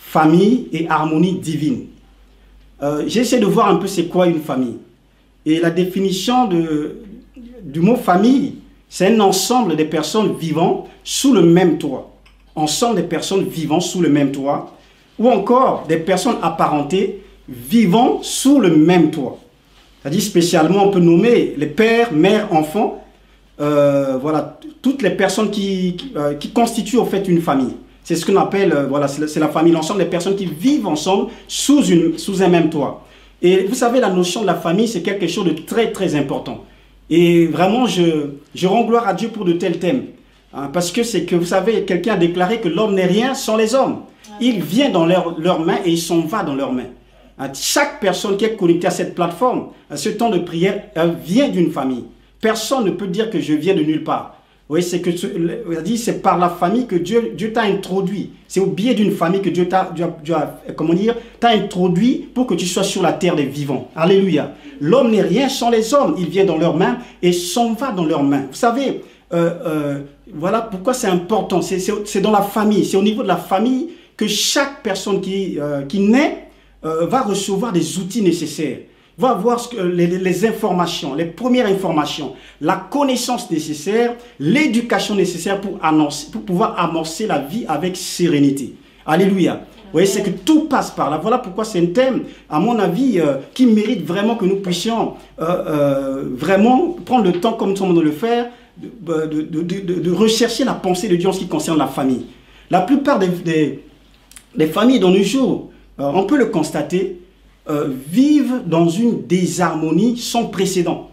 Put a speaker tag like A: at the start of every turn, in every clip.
A: famille et harmonie divine. J'essaie de voir un peu c'est quoi une famille. Et la définition du mot famille, c'est un ensemble des personnes vivant sous le même toit. Ensemble des personnes vivant sous le même toit. Ou encore des personnes apparentées vivant sous le même toit. C'est-à-dire spécialement on peut nommer les pères, mères, enfants. Voilà, toutes les personnes qui constituent en fait une famille. C'est ce qu'on appelle, voilà, c'est la famille, l'ensemble des personnes qui vivent ensemble sous un même toit. Et vous savez, la notion de la famille, c'est quelque chose de très très important. Et vraiment, je rends gloire à Dieu pour de tels thèmes. Hein, parce que c'est que, vous savez, quelqu'un a déclaré que l'homme n'est rien sans les hommes. Il vient dans leurs mains et il s'en va dans leurs mains. Hein, chaque personne qui est connectée à cette plateforme, à ce temps de prière, vient d'une famille. Personne ne peut dire que je viens de nulle part. Oui, c'est par la famille que Dieu t'a introduit. C'est au biais d'une famille que Dieu t'a introduit pour que tu sois sur la terre des vivants. Alléluia. L'homme n'est rien sans les hommes. Il vient dans leurs mains et s'en va dans leurs mains. Vous savez, voilà pourquoi c'est important. C'est dans la famille. C'est au niveau de la famille que chaque personne qui naît va recevoir des outils nécessaires. Va avoir les informations, les premières informations, la connaissance nécessaire, l'éducation nécessaire pour pouvoir amorcer la vie avec sérénité. Alléluia. Vous voyez, c'est que tout passe par là. Voilà pourquoi c'est un thème, à mon avis, qui mérite vraiment que nous puissions vraiment prendre le temps, comme nous sommes de le faire, de rechercher la pensée de Dieu en ce qui concerne la famille. La plupart des familles dans nos jours, on peut le constater, vivent dans une désharmonie sans précédent.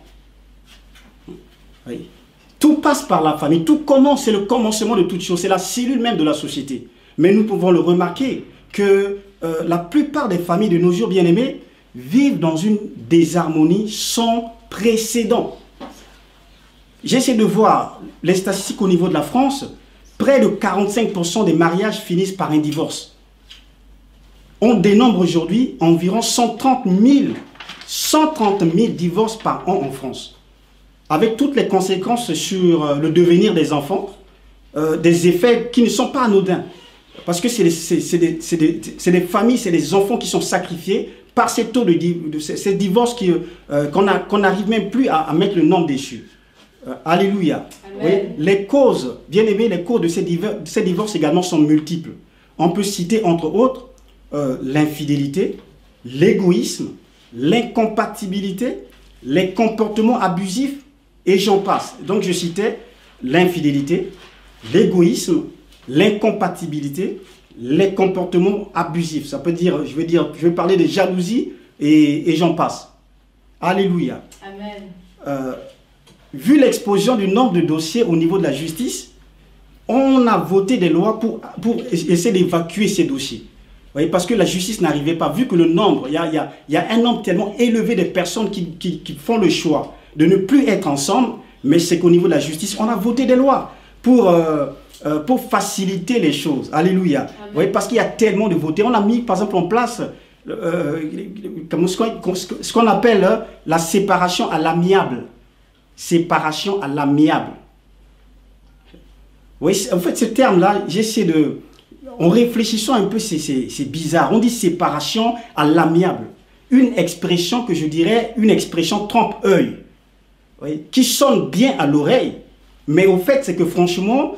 A: Oui. Tout passe par la famille. Tout commence, c'est le commencement de toute chose. C'est la cellule même de la société. Mais nous pouvons le remarquer que la plupart des familles de nos jours bien-aimés vivent dans une désharmonie sans précédent. J'essaie de voir les statistiques au niveau de la France. Près de 45% des mariages finissent par un divorce. On dénombre aujourd'hui environ 130 000 divorces par an en France. Avec toutes les conséquences sur le devenir des enfants, des effets qui ne sont pas anodins. Parce que c'est des familles, c'est des enfants qui sont sacrifiés par ces taux ces divorces qu'on n'arrive même plus à mettre le nom dessus. Alléluia. Oui, les causes, bien aimés, les causes de ces divorces également sont multiples. On peut citer entre autres l'infidélité, l'égoïsme, l'incompatibilité, les comportements abusifs et j'en passe. Donc je citais l'infidélité, l'égoïsme, l'incompatibilité, les comportements abusifs. Ça peut dire, je vais parler de jalousie et j'en passe. Alléluia. Amen. Vu l'explosion du nombre de dossiers au niveau de la justice, on a voté des lois pour essayer d'évacuer ces dossiers. Oui, parce que la justice n'arrivait pas, vu que le nombre, il y a un nombre tellement élevé de personnes qui font le choix de ne plus être ensemble, mais c'est qu'au niveau de la justice, on a voté des lois pour faciliter les choses. Alléluia. Oui, parce qu'il y a tellement de votés. On a mis par exemple en place ce qu'on appelle la séparation à l'amiable. Séparation à l'amiable. Oui, en fait, ce terme-là, j'essaie de... En réfléchissant un peu, c'est bizarre. On dit séparation à l'amiable. Une expression que je dirais, une expression trompe-œil. Oui, qui sonne bien à l'oreille. Mais au fait, c'est que franchement,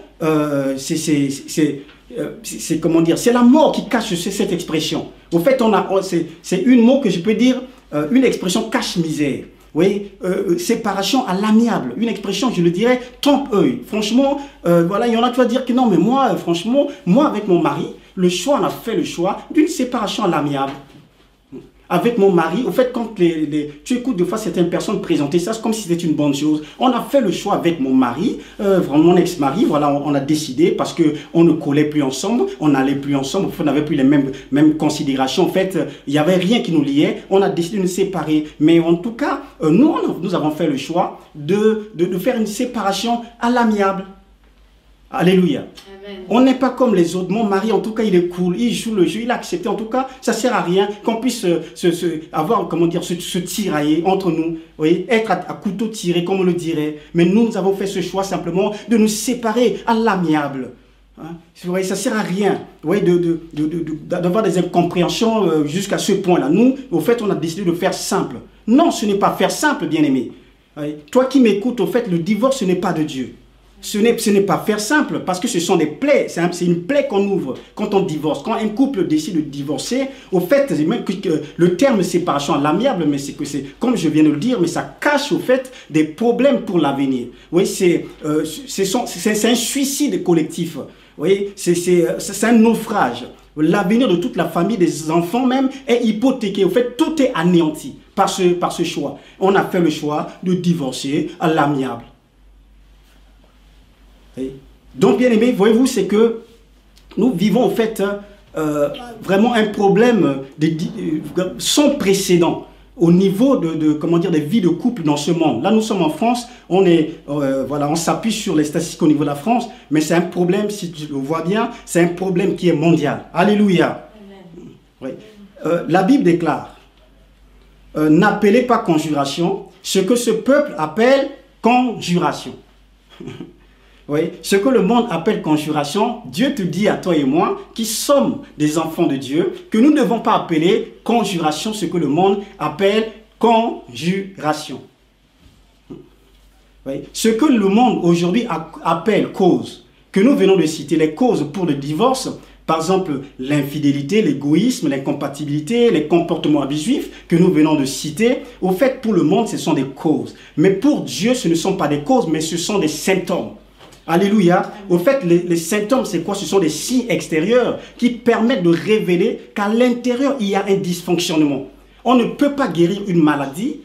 A: c'est comment dire, c'est la mort qui cache cette expression. Au fait, c'est une mot que je peux dire, une expression cache-misère. Oui, séparation à l'amiable. Une expression, je le dirais, trompe-œil. Franchement, voilà, il y en a qui vont dire que non, mais moi, franchement, moi avec mon mari, on a fait le choix d'une séparation à l'amiable. Avec mon mari, au fait, quand tu écoutes de fois certaines personnes présenter ça, c'est comme si c'était une bonne chose. On a fait le choix avec mon mari, mon ex-mari, voilà, on a décidé parce qu'on ne collait plus ensemble, on n'allait plus ensemble, on n'avait plus les mêmes considérations. En fait, il n'y avait rien qui nous liait, on a décidé de nous séparer. Mais en tout cas, nous avons fait le choix de faire une séparation à l'amiable. Alléluia. Amen. On n'est pas comme les autres. Mon mari, en tout cas, il est cool. Il joue le jeu. Il a accepté. En tout cas, ça ne sert à rien qu'on puisse avoir, comment dire, se tirailler entre nous. Oui, être à couteau tiré, comme on le dirait. Mais nous avons fait ce choix simplement de nous séparer à l'amiable. Hein? Vous voyez, ça ne sert à rien, vous voyez, d'avoir des incompréhensions jusqu'à ce point-là. Nous, au fait, on a décidé de faire simple. Non, ce n'est pas faire simple, bien-aimé. Toi qui m'écoutes, au fait, le divorce, ce n'est pas de Dieu. Ce n'est pas faire simple, parce que ce sont des plaies. C'est une plaie qu'on ouvre quand on divorce. Quand un couple décide de divorcer, au fait, même que le terme séparation à l'amiable, mais c'est que c'est, comme je viens de le dire, mais ça cache au fait des problèmes pour l'avenir. Oui, c'est un suicide collectif. Oui, c'est un naufrage. L'avenir de toute la famille, des enfants même, est hypothéqué. Au fait, tout est anéanti par ce choix. On a fait le choix de divorcer à l'amiable. Donc, bien aimé, voyez-vous, c'est que nous vivons en fait vraiment un problème sans précédent au niveau comment dire, des vies de couple dans ce monde. Là, nous sommes en France, voilà, on s'appuie sur les statistiques au niveau de la France, mais c'est un problème, si tu le vois bien, c'est un problème qui est mondial. Alléluia. Oui. La Bible déclare, n'appelez pas conjuration ce que ce peuple appelle conjuration. Oui, ce que le monde appelle conjuration, Dieu te dit à toi et moi, qui sommes des enfants de Dieu, que nous ne devons pas appeler conjuration ce que le monde appelle conjuration. Oui, ce que le monde aujourd'hui appelle cause, que nous venons de citer, les causes pour le divorce, par exemple l'infidélité, l'égoïsme, l'incompatibilité, les comportements abusifs que nous venons de citer, au fait pour le monde ce sont des causes. Mais pour Dieu ce ne sont pas des causes, mais ce sont des symptômes. Alléluia. Au fait, les symptômes, c'est quoi? Ce sont des signes extérieurs qui permettent de révéler qu'à l'intérieur, il y a un dysfonctionnement. On ne peut pas guérir une maladie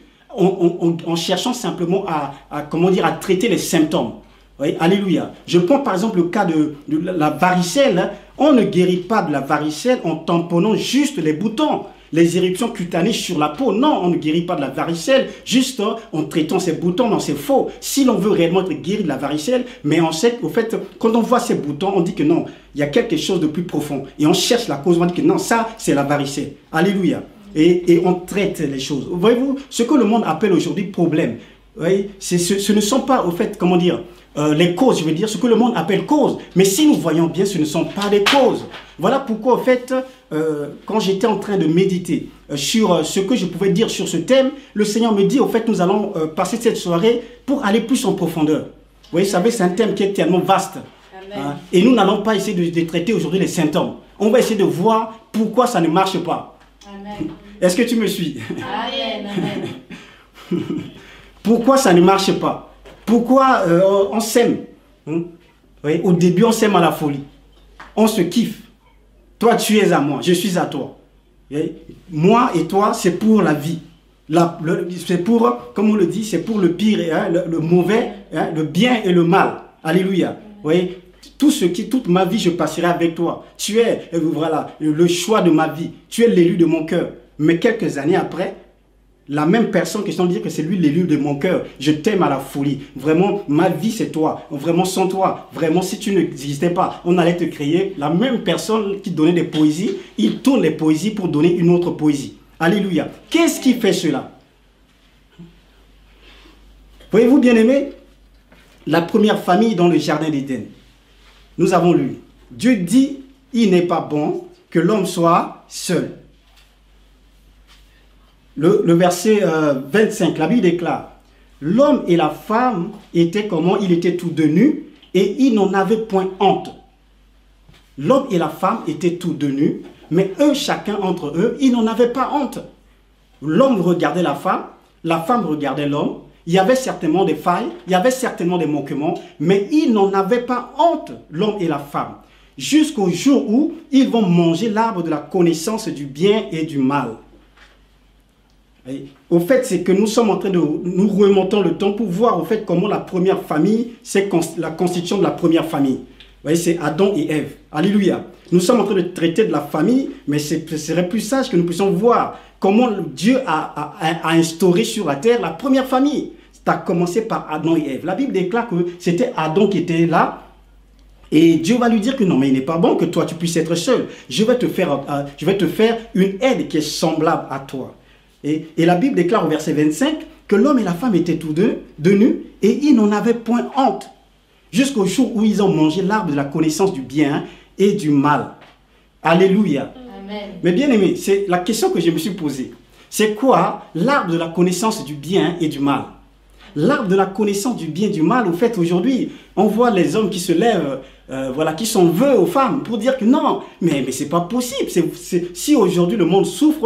A: en cherchant simplement comment dire, à traiter les symptômes. Oui, alléluia. Je prends par exemple le cas de la varicelle. On ne guérit pas de la varicelle en tamponnant juste les boutons, les éruptions cutanées sur la peau. Non, on ne guérit pas de la varicelle juste en traitant ces boutons. Non, c'est faux. Si l'on veut réellement être guéri de la varicelle, mais on sait qu'au fait, quand on voit ces boutons, on dit que non, il y a quelque chose de plus profond. Et on cherche la cause, on dit que non, ça, c'est la varicelle. Alléluia. Et on traite les choses. Voyez-vous, ce que le monde appelle aujourd'hui problème, oui, ce ne sont pas, au fait, comment dire, les causes, je veux dire, ce que le monde appelle cause. Mais si nous voyons bien, ce ne sont pas des causes. Voilà pourquoi, en fait, quand j'étais en train de méditer sur ce que je pouvais dire sur ce thème, le Seigneur me dit, au fait, nous allons passer cette soirée pour aller plus en profondeur. Vous voyez, vous savez, c'est un thème qui est tellement vaste. Hein, et nous n'allons pas essayer de traiter aujourd'hui les symptômes. On va essayer de voir pourquoi ça ne marche pas. Est-ce que tu me suis? Amen. Amen. Pourquoi ça ne marche pas? Pourquoi on s'aime? Oui, au début, on s'aime à la folie. On se kiffe. Toi, tu es à moi, je suis à toi. Oui? Moi et toi, c'est pour la vie. C'est pour, comme on le dit, c'est pour le pire, hein, le mauvais, hein, le bien et le mal. Alléluia. Oui? Toute ma vie, je passerai avec toi. Tu es, voilà, le choix de ma vie. Tu es l'élu de mon cœur. Mais quelques années après, la même personne qui sont dire que c'est lui l'élu de mon cœur. Je t'aime à la folie. Vraiment, ma vie c'est toi. Vraiment sans toi. Vraiment, si tu n'existais pas, on allait te créer. La même personne qui donnait des poésies, il tourne les poésies pour donner une autre poésie. Alléluia. Qu'est-ce qui fait cela? Voyez-vous, bien-aimés, la première famille dans le jardin d'Éden. Nous avons lu. Dieu dit, il n'est pas bon que l'homme soit seul. Le verset 25, la Bible déclare, l'homme et la femme étaient comment? Ils étaient tous deux nus et ils n'en avaient point honte. L'homme et la femme étaient tous deux nus, mais eux, chacun entre eux, ils n'en avaient pas honte. L'homme regardait la femme regardait l'homme. Il y avait certainement des failles, il y avait certainement des manquements, mais ils n'en avaient pas honte, l'homme et la femme. Jusqu'au jour où ils vont manger l'arbre de la connaissance du bien et du mal. Et au fait, c'est que nous sommes en train de nous remonter le temps pour voir au fait comment la première famille, c'est la constitution de la première famille. Vous voyez, c'est Adam et Ève. Alléluia. Nous sommes en train de traiter de la famille, mais ce serait plus sage que nous puissions voir comment Dieu a instauré sur la terre la première famille. Ça a commencé par Adam et Ève. La Bible déclare que c'était Adam qui était là. Et Dieu va lui dire que non, mais il n'est pas bon que toi tu puisses être seul. Je vais te faire une aide qui est semblable à toi. Et la Bible déclare au verset 25 que l'homme et la femme étaient tous deux nus et ils n'en avaient point honte. Jusqu'au jour où ils ont mangé l'arbre de la connaissance du bien et du mal. Alléluia.
B: Amen.
A: Mais bien aimé, c'est la question que je me suis posée. C'est quoi l'arbre de la connaissance du bien et du mal? L'arbre de la connaissance du bien et du mal, au fait, aujourd'hui, on voit les hommes qui se lèvent, voilà, qui s'en veulent aux femmes pour dire que non, mais c'est pas possible. Si aujourd'hui le monde souffre,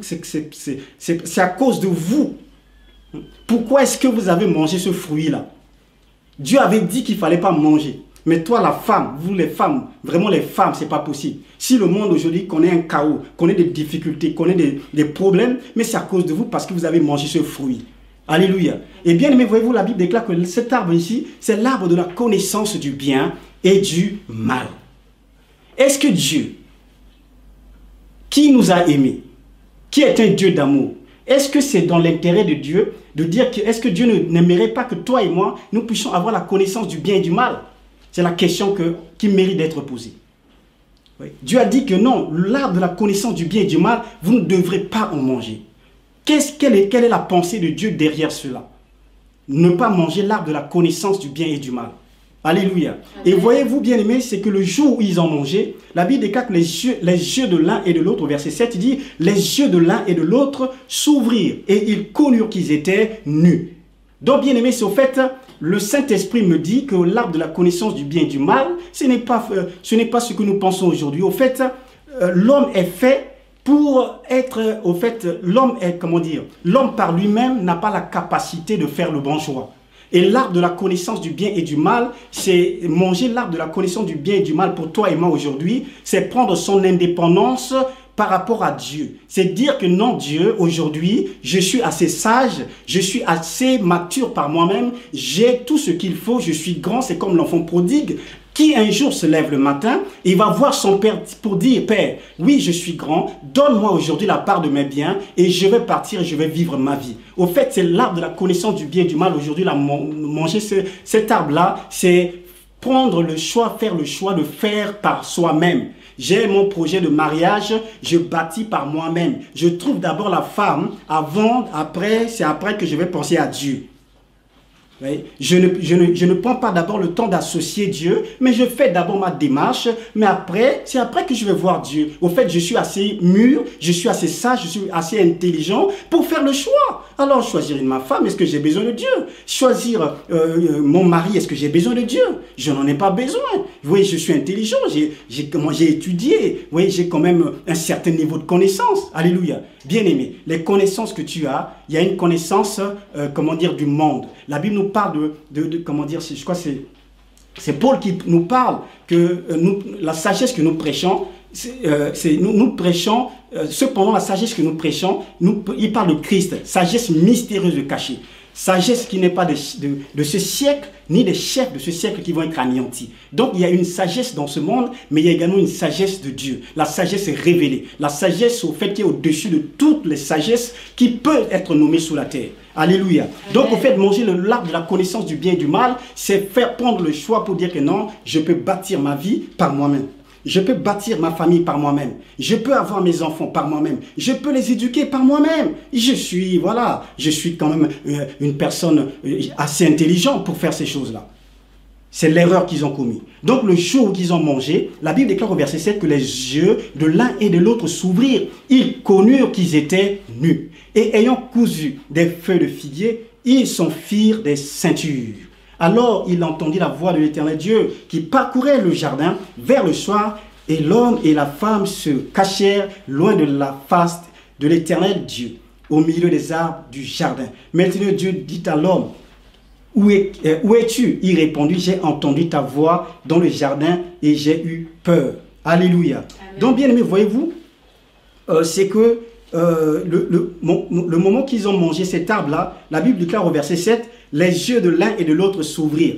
A: c'est à cause de vous. Pourquoi est-ce que vous avez mangé ce fruit-là? Dieu avait dit qu'il ne fallait pas manger. Mais toi, la femme, vous les femmes, vraiment les femmes, c'est pas possible. Si le monde aujourd'hui connaît un chaos, connaît des difficultés, connaît des problèmes, mais c'est à cause de vous parce que vous avez mangé ce fruit. Alléluia. Et bien aimé, voyez-vous, la Bible déclare que cet arbre ici, c'est l'arbre de la connaissance du bien et du mal. Est-ce que Dieu, qui nous a aimés, qui est un Dieu d'amour, est-ce que c'est dans l'intérêt de Dieu de dire que, est-ce que Dieu n'aimerait pas que toi et moi, nous puissions avoir la connaissance du bien et du mal? C'est la question qui mérite d'être posée. Oui. Dieu a dit que non, l'arbre de la connaissance du bien et du mal, vous ne devrez pas en manger. Quelle est la pensée de Dieu derrière cela? Ne pas manger l'arbre de la connaissance du bien et du mal. Alléluia. Amen. Et voyez-vous, bien aimés, c'est que le jour où ils ont mangé, la Bible déclare que les yeux de l'un et de l'autre, au verset 7, il dit, les yeux de l'un et de l'autre s'ouvrirent et ils connurent qu'ils étaient nus. Donc, bien aimés, c'est au fait, le Saint-Esprit me dit que l'arbre de la connaissance du bien et du mal, ce n'est pas ce que nous pensons aujourd'hui. Au fait, l'homme est fait pour être, au fait, l'homme est, comment dire, l'homme par lui-même n'a pas la capacité de faire le bon choix. Et l'arbre de la connaissance du bien et du mal, c'est manger l'arbre de la connaissance du bien et du mal pour toi et moi aujourd'hui, c'est prendre son indépendance par rapport à Dieu. C'est dire que non, Dieu, aujourd'hui, je suis assez sage, je suis assez mature par moi-même, j'ai tout ce qu'il faut, je suis grand, c'est comme l'enfant prodigue, qui un jour se lève le matin, il va voir son père pour dire, Père, oui, je suis grand, donne-moi aujourd'hui la part de mes biens et je vais partir et je vais vivre ma vie. Au fait, c'est l'arbre de la connaissance du bien et du mal. Aujourd'hui, manger cet arbre-là, c'est prendre le choix, faire le choix de faire par soi-même. J'ai mon projet de mariage, je bâtis par moi-même. Je trouve d'abord la femme, c'est après que je vais penser à Dieu. Oui. Je ne prends pas d'abord le temps d'associer Dieu, mais je fais d'abord ma démarche, mais c'est après que je vais voir Dieu. Au fait, je suis assez mûr, je suis assez sage, je suis assez intelligent pour faire le choix. Alors, choisir ma femme, est-ce que j'ai besoin de Dieu? Choisir mon mari, est-ce que j'ai besoin de Dieu? Je n'en ai pas besoin. Oui, je suis intelligent, j'ai étudié, oui, j'ai quand même un certain niveau de connaissance. Alléluia. Bien aimé, les connaissances que tu as, il y a une connaissance, comment dire, du monde. La Bible nous parle comment dire, je crois que c'est Paul qui nous parle que la sagesse que nous prêchons, nous prêchons, cependant la sagesse que nous prêchons, il parle de Christ, sagesse mystérieuse de cachée. Sagesse qui n'est pas de ce siècle, ni des chefs de ce siècle qui vont être anéantis. Donc il y a une sagesse dans ce monde, mais il y a également une sagesse de Dieu. La sagesse est révélée. La sagesse, au fait, qui est au-dessus de toutes les sagesses qui peuvent être nommées sous la terre. Alléluia. Donc au fait, manger l'arbre de la connaissance du bien et du mal, c'est faire prendre le choix pour dire que non, je peux bâtir ma vie par moi-même. Je peux bâtir ma famille par moi-même. Je peux avoir mes enfants par moi-même. Je peux les éduquer par moi-même. Je suis quand même une personne assez intelligente pour faire ces choses-là. C'est l'erreur qu'ils ont commis. Donc le jour où ils ont mangé, la Bible déclare au verset 7 que les yeux de l'un et de l'autre s'ouvrirent. Ils connurent qu'ils étaient nus. Et ayant cousu des feuilles de figuier, ils s'en firent des ceintures. Alors il entendit la voix de l'Éternel Dieu qui parcourait le jardin vers le soir, et l'homme et la femme se cachèrent loin de la face de l'Éternel Dieu, au milieu des arbres du jardin. Maintenant Dieu dit à l'homme, où es-tu? Il répondit, j'ai entendu ta voix dans le jardin et j'ai eu peur. Alléluia. Amen. Donc bien aimé, voyez-vous, c'est que le moment qu'ils ont mangé cet arbre-là, la Bible déclare au verset 7, les yeux de l'un et de l'autre s'ouvrirent.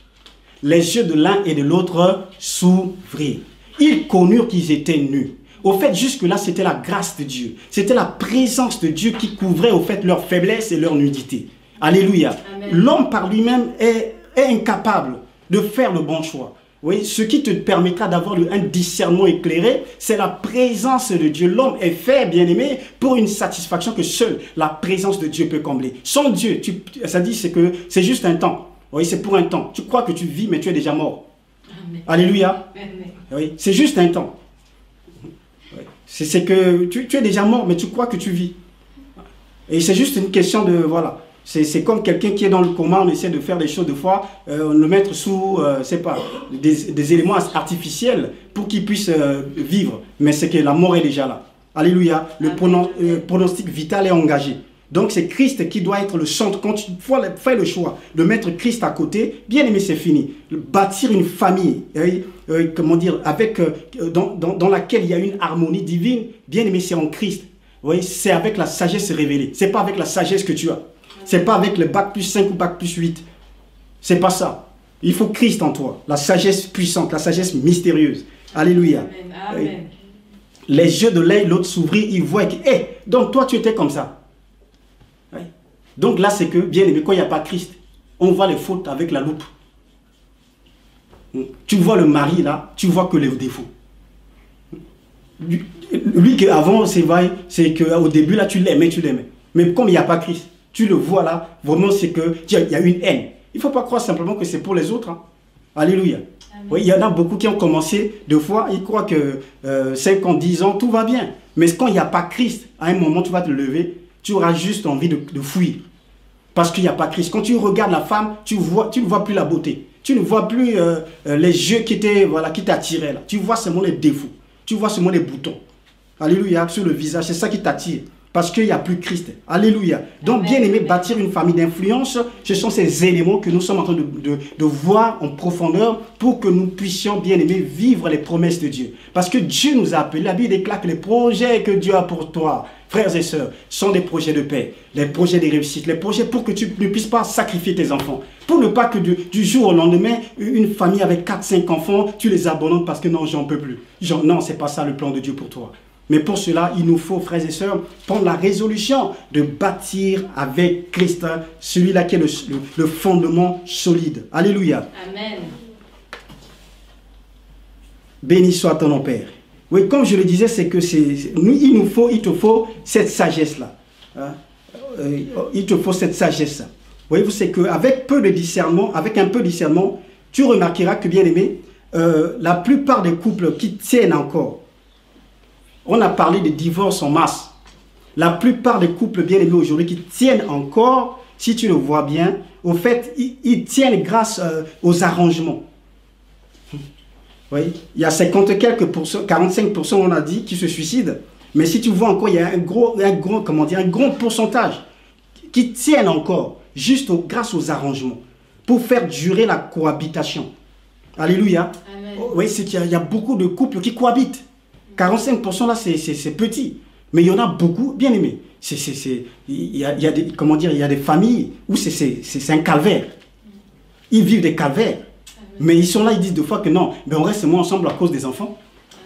A: Les yeux de l'un et de l'autre s'ouvrirent. Ils connurent qu'ils étaient nus. Au fait, jusque-là, c'était la grâce de Dieu. C'était la présence de Dieu qui couvrait, au fait, leur faiblesse et leur nudité. Alléluia. L'homme par lui-même est incapable de faire le bon choix. Oui, ce qui te permettra d'avoir un discernement éclairé, c'est la présence de Dieu. L'homme est fait, bien aimé, pour une satisfaction que seule la présence de Dieu peut combler. Sans Dieu, ça dit que c'est juste un temps. Oui, c'est pour un temps. Tu crois que tu vis, mais tu es déjà mort.
B: Amen.
A: Alléluia.
B: Amen.
A: Oui, c'est juste un temps. Oui. C'est que tu es déjà mort, mais tu crois que tu vis. Et c'est juste une question de... Voilà. C'est comme quelqu'un qui est dans le coma, on essaie de faire des choses de fois, le mettre sous, c'est pas, des éléments artificiels pour qu'il puisse vivre. Mais c'est que la mort est déjà là. Alléluia. Le pronostic vital est engagé. Donc c'est Christ qui doit être le centre. Quand tu fais le choix de mettre Christ à côté, bien aimé, c'est fini. Bâtir une famille, comment dire, avec, dans laquelle il y a une harmonie divine, bien aimé, c'est en Christ. Oui, c'est avec la sagesse révélée. C'est pas avec la sagesse que tu as. C'est pas avec le bac plus 5 ou bac plus 8. C'est pas ça. Il faut Christ en toi. La sagesse puissante, la sagesse mystérieuse. Alléluia.
B: Amen. Amen.
A: Les yeux de l'un, l'autre s'ouvrir, il voit que, donc toi tu étais comme ça. Oui. Donc là c'est que, bien aimé, quand il n'y a pas Christ, on voit les fautes avec la loupe. Tu vois le mari là, tu vois que les défauts. Lui qu'avant, c'est vrai, c'est qu'au début là tu l'aimais. Mais comme il n'y a pas Christ, tu le vois là, vraiment c'est qu'il y a une haine. Il ne faut pas croire simplement que c'est pour les autres. Hein. Alléluia. Oui, il y en a beaucoup qui ont commencé, deux fois, ils croient que 5 ans, 10 ans, tout va bien. Mais quand il n'y a pas Christ, à un moment, tu vas te lever, tu auras juste envie de fuir. Parce qu'il n'y a pas Christ. Quand tu regardes la femme, tu ne vois plus la beauté. Tu ne vois plus les yeux qui t'attiraient là. Tu vois seulement les défauts. Tu vois seulement les boutons. Alléluia, sur le visage, c'est ça qui t'attire. Parce qu'il n'y a plus Christ. Alléluia. Donc, bien aimé, bâtir une famille d'influence, ce sont ces éléments que nous sommes en train de voir en profondeur pour que nous puissions, bien aimé, vivre les promesses de Dieu. Parce que Dieu nous a appelés. La Bible déclare que les projets que Dieu a pour toi, frères et sœurs, sont des projets de paix, les projets de réussite, les projets pour que tu ne puisses pas sacrifier tes enfants. Pour ne pas que du jour au lendemain, une famille avec 4-5 enfants, tu les abandonnes parce que non, j'en peux plus. Non, ce n'est pas ça le plan de Dieu pour toi. Mais pour cela, il nous faut, frères et sœurs, prendre la résolution de bâtir avec Christ, celui-là qui est le fondement solide. Alléluia.
B: Amen.
A: Béni soit ton nom, Père. Oui, comme je le disais, c'est que il te faut cette sagesse-là. Hein? Il te faut cette sagesse-là. Voyez-vous, c'est qu'avec peu de discernement, avec un peu de discernement, tu remarqueras que, bien aimé, la plupart des couples qui tiennent encore, on a parlé de divorce en masse. La plupart des couples bien aimés aujourd'hui qui tiennent encore, si tu le vois bien, au fait, ils tiennent grâce aux arrangements. Oui, il y a 50 quelques pourcents, 45% on a dit qui se suicident. Mais si tu vois encore, il y a un gros pourcentage qui tiennent encore juste grâce aux arrangements pour faire durer la cohabitation. Alléluia.
B: Amen.
A: Oui, c'est qu'il y a beaucoup de couples qui cohabitent. 45% là, c'est petit. Mais il y en a beaucoup, bien aimés. Il y a des familles où c'est un calvaire. Ils vivent des calvaires. Mais ils sont là, ils disent deux fois que non, mais on reste moins ensemble à cause des enfants.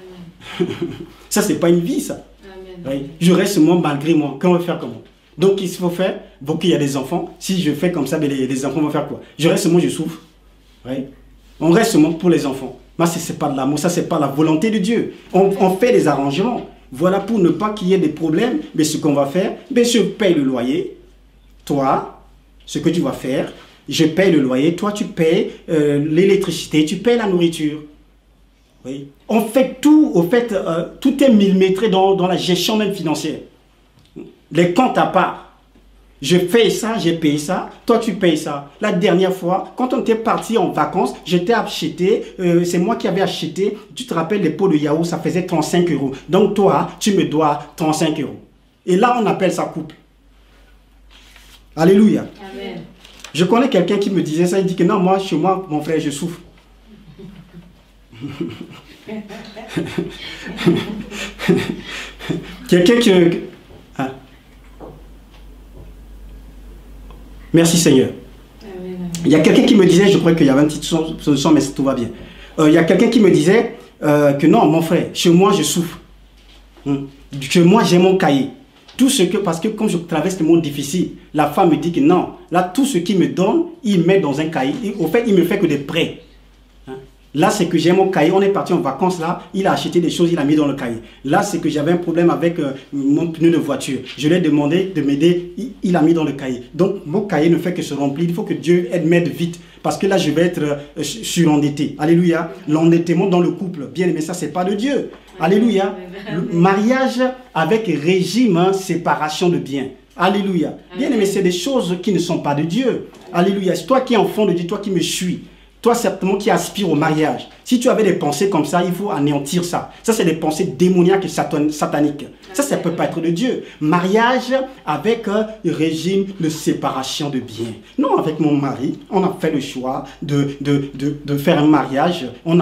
A: Ça, c'est pas une vie, ça. Oui. Je reste moi malgré moi. Qu'on va faire comment? Donc, il faut faire, bon, qu'il y a des enfants. Si je fais comme ça, les enfants vont faire quoi? Je reste moi, je souffre. Oui. On reste moi pour les enfants. Mais ce n'est pas de l'amour, ça, c'est pas la volonté de Dieu. On fait des arrangements. Voilà pour ne pas qu'il y ait des problèmes. Mais ce qu'on va faire, je paye le loyer. Toi, ce que tu vas faire, je paye le loyer. Toi, tu payes l'électricité, tu payes la nourriture. Oui. On fait tout, au fait, tout est millimétré dans la gestion même financière. Les comptes à part. Je fais ça, j'ai payé ça, toi tu payes ça. La dernière fois, quand on était parti en vacances, j'étais acheté, c'est moi qui avais acheté, tu te rappelles les pots de yaourt, ça faisait 35 €. Donc toi, tu me dois 35 €. Et là, on appelle ça couple. Alléluia.
B: Amen. Je
A: connais quelqu'un qui me disait ça, il dit que non, moi, chez moi, mon frère, je souffre. Quelqu'un qui... Hein? Merci Seigneur. Amen. Il y a quelqu'un qui me disait, je crois qu'il y avait un petit son, mais tout va bien. Il y a quelqu'un qui me disait que non, mon frère, chez moi je souffre. Chez moi j'ai mon cahier. Tout ce que, parce que comme je traverse le monde difficile, la femme me dit que non, là tout ce qu'il me donne, il met dans un cahier. Au fait, il me fait que des prêts. Là, c'est que j'ai mon cahier. On est parti en vacances là. Il a acheté des choses, il a mis dans le cahier. Là, c'est que j'avais un problème avec mon pneu de voiture. Je lui ai demandé de m'aider. Il a mis dans le cahier. Donc, mon cahier ne fait que se remplir. Il faut que Dieu m'aide vite. Parce que là, je vais être surendetté. Alléluia. L'endettement dans le couple. Bien aimé, ça, c'est pas de Dieu. Alléluia. Le mariage avec régime, hein, séparation de biens. Alléluia. Bien aimé, c'est des choses qui ne sont pas de Dieu. Alléluia. C'est toi qui es enfant de Dieu, toi qui me suis. Toi, certainement, qui aspire au mariage. Si tu avais des pensées comme ça, il faut anéantir ça. Ça, c'est des pensées démoniaques et sataniques. Ça ne peut pas être de Dieu. Mariage avec régime de séparation de biens. Non, avec mon mari, on a fait le choix de faire un mariage. On